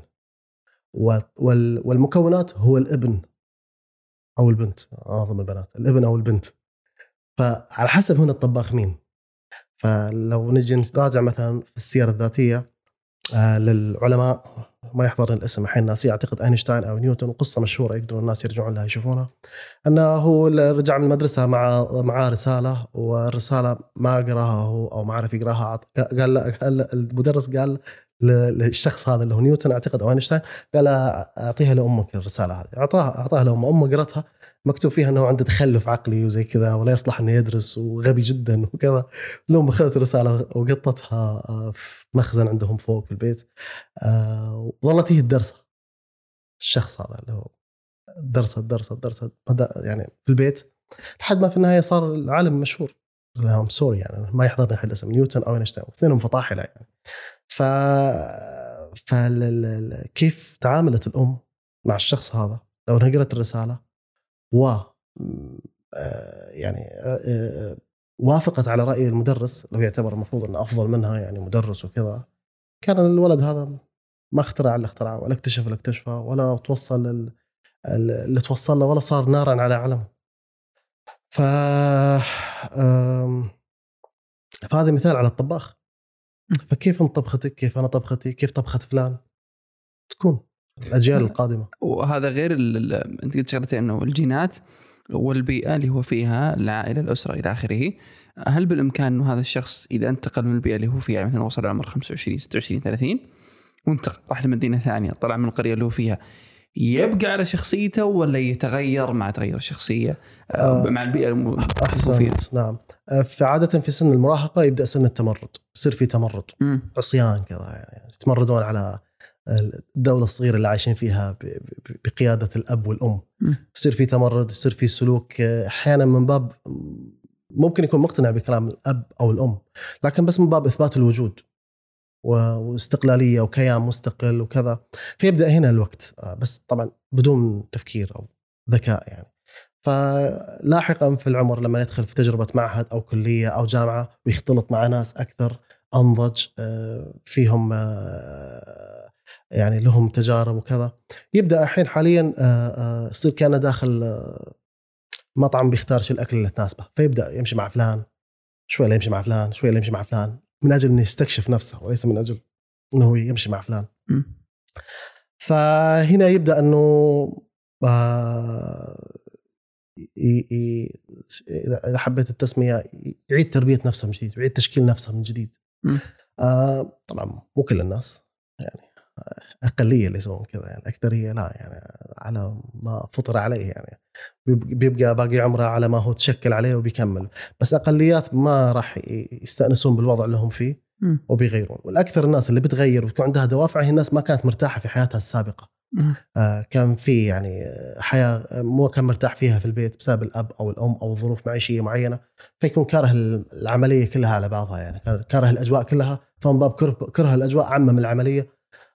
والمكونات هو الابن أو البنت، أعظم البنات الابن أو البنت. فعلى حسب هنا الطباخ مين. فلو نجي نراجع مثلا في السيرة الذاتية للعلماء، ما يحضرني الاسم الحين ناسي، أعتقد أينشتاين أو نيوتن، وقصة مشهورة يقدرون الناس يرجعون لها يشوفونها، أنه هو رجع من المدرسة مع رسالة، والرسالة ما قراها هو أو ما عرف يقراها. قال المدرس قال للشخص هذا اللي هو نيوتن أعتقد أو أينشتاين، قال أعطيها لأمك الرسالة هذه. أعطاها لأمه. أمه قرتها، مكتوب فيها أنه عنده تخلف عقلي وزي كذا، ولا يصلح أنه يدرس وغبي جدا وكذا. الأم أخذت الرسالة وقطتها في مخزن عندهم فوق في البيت. وظلت هي الدرسة، الشخص هذا اللي هو درست يعني في البيت، لحد ما في النهاية صار العالم مشهور. لهم سوري يعني ما يحضرني حد اسم نيوتن أو أينشتاين، اثنينهم فطاحلة يعني. كيف تعاملت الأم مع الشخص هذا لو قرأت الرسالة و يعني وافقت على رأي المدرس، لو يعتبر المفروض أنه أفضل منها يعني مدرس وكذا، كان الولد هذا ما اخترع اللي اخترعه، ولا اكتشف اللي اكتشفه، ولا توصل اللي توصل له، ولا صار نارا على علم. فهذا مثال على الطباخ. فكيف انت طبختك، كيف انا طبختي، كيف طبخت فلان تكون الاجيال القادمه. وهذا غير انت قلت شغلتين، انه الجينات والبيئه اللي هو فيها، العائله، الاسره الى اخره. هل بالامكان انه هذا الشخص اذا انتقل من البيئه اللي هو فيها، مثلا وصل عمر 25 26 30 وانتقل راح لمدينه ثانيه، طلع من القريه اللي هو فيها، يبقى على شخصيته ولا يتغير مع تغير الشخصية مع البيئة أحسنت. نعم. فعادة في سن المراهقة يبدأ سن التمرد، يصير في تمرد، عصيان كذا، يعني يتمردون على الدولة الصغيرة اللي عايشين فيها بقيادة الأب والأم. يصير في تمرد، يصير في سلوك أحيانا من باب ممكن يكون مقتنع بكلام الأب أو الأم، لكن بس من باب إثبات الوجود واستقلالية وكيان مستقل وكذا. فيبدأ هنا الوقت، بس طبعا بدون تفكير أو ذكاء يعني. فلاحقا في العمر لما يدخل في تجربة معهد أو كلية أو جامعة ويختلط مع ناس أكثر أنضج، فيهم يعني لهم تجارب وكذا، يبدأ الحين حاليا يصير كأنه داخل مطعم بيختار شو الأكل اللي تناسبه، فيبدأ يمشي مع فلان شوي، لا يمشي مع فلان شوي، لا يمشي مع فلان، من أجل أن يستكشف نفسه وليس من أجل أنه يمشي مع فلان. فهنا يبدأ أنه إذا حبيت التسمية يعيد تربية نفسه من جديد، يعيد تشكيل نفسه من جديد. طبعا مو كل الناس، يعني أقلية اللي يسوون كذا، يعني الأكثرية لا، يعني على ما فطر عليه، يعني بيبقى باقي عمره على ما هو تشكل عليه وبيكمل. بس أقليات ما راح يستأنسون بالوضع اللي هم فيه وبيغيرون. والأكثر الناس اللي بتغير وتكون عندها دوافع هي الناس ما كانت مرتاحة في حياتها السابقة. كان في يعني حياة مو كان مرتاح فيها في البيت بسبب الأب أو الأم أو ظروف معيشية معينة، فيكون كاره العملية كلها على بعضها، يعني كاره الأجواء كلها، فمن باب كره الأجواء عامة من العملية،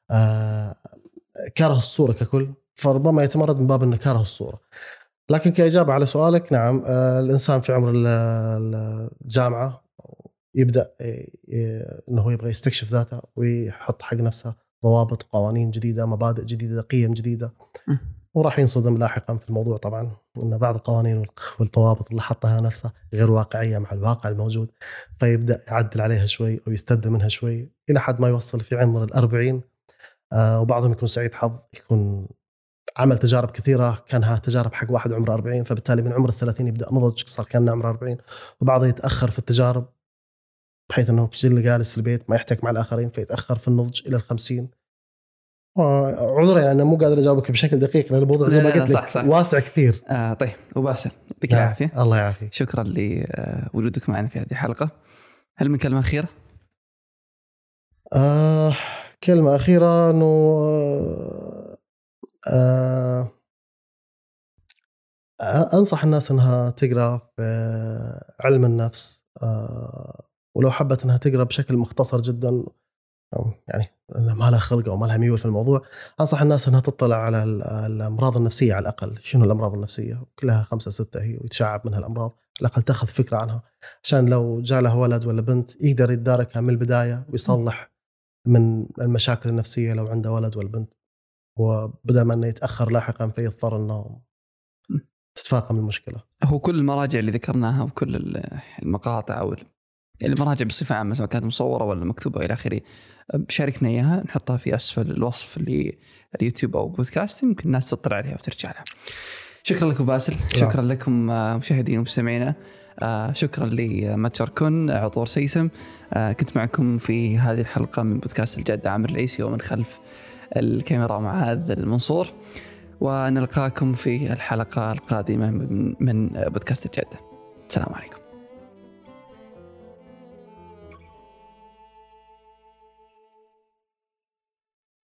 كاره الصورة ككل، فربما يتمرد من باب أنه كاره الصورة. لكن كإجابة على سؤالك، نعم، الإنسان في عمر الجامعة يبدأ أنه يبغى يستكشف ذاته ويحط حق نفسه ضوابط، قوانين جديدة، مبادئ جديدة، قيم جديدة، وراح ينصدم لاحقا في الموضوع طبعا أن بعض القوانين والضوابط اللي حطها نفسه غير واقعية مع الواقع الموجود، فيبدأ يعدل عليها شوي أو يستبدل منها شوي إلى حد ما يوصل في عمر 40. وبعضهم يكون سعيد حظ، يكون عمل تجارب كثيرة كانها تجارب حق واحد عمره 40، فبالتالي من عمر 30 يبدأ نضج، صار كان عمره 40. وبعضه يتأخر في التجارب بحيث أنه اللي جالس في البيت ما يحتك مع الآخرين، فيتأخر في النضج إلى 50. عذرا يعني أنا مو قادر أجاوبك بشكل دقيق لأن الموضوع زي ما قلت لك صح. واسع كثير. طيب وباسل يعطيك العافية. الله يعافيك. شكرا لوجودك معنا في هذه الحلقة. هل من كلمة أخيرة؟ كلمة أخيرة أنه أنصح الناس أنها تقرأ في علم النفس، ولو حبت أنها تقرأ بشكل مختصر جدا يعني ما لها خلق أو ما لها ميول في الموضوع، أنصح الناس أنها تطلع على الأمراض النفسية على الأقل. شنو الأمراض النفسية؟ كلها 5-6 هي ويتشعب منها الأمراض، على الأقل تأخذ فكرة عنها عشان لو جاء له ولد ولا بنت يقدر يتداركها من البداية ويصلح من المشاكل النفسية لو عنده ولد ولا بنت، وبدأ ما أنه يتأخر لاحقا فيضطر أنه تتفاقم المشكلة. هو كل المراجع اللي ذكرناها وكل المقاطع أو المراجع بصفة عامة سواء كانت مصورة ولا مكتوبة إلى آخره شاركنا إياها، نحطها في أسفل الوصف اليوتيوب أو بودكاست، يمكن الناس تطلع عليها وترجع لها. شكرا لكم باسل. شكرا لكم مشاهدين ومستمعينا. شكرا لمتجر كن عطور سيسم. كنت معكم في هذه الحلقة من بودكاست الجادة عامر العيسي، ومن خلف الكاميرا معاذ المنصور، ونلقاكم في الحلقة القادمة من بودكاست الجادة. السلام عليكم.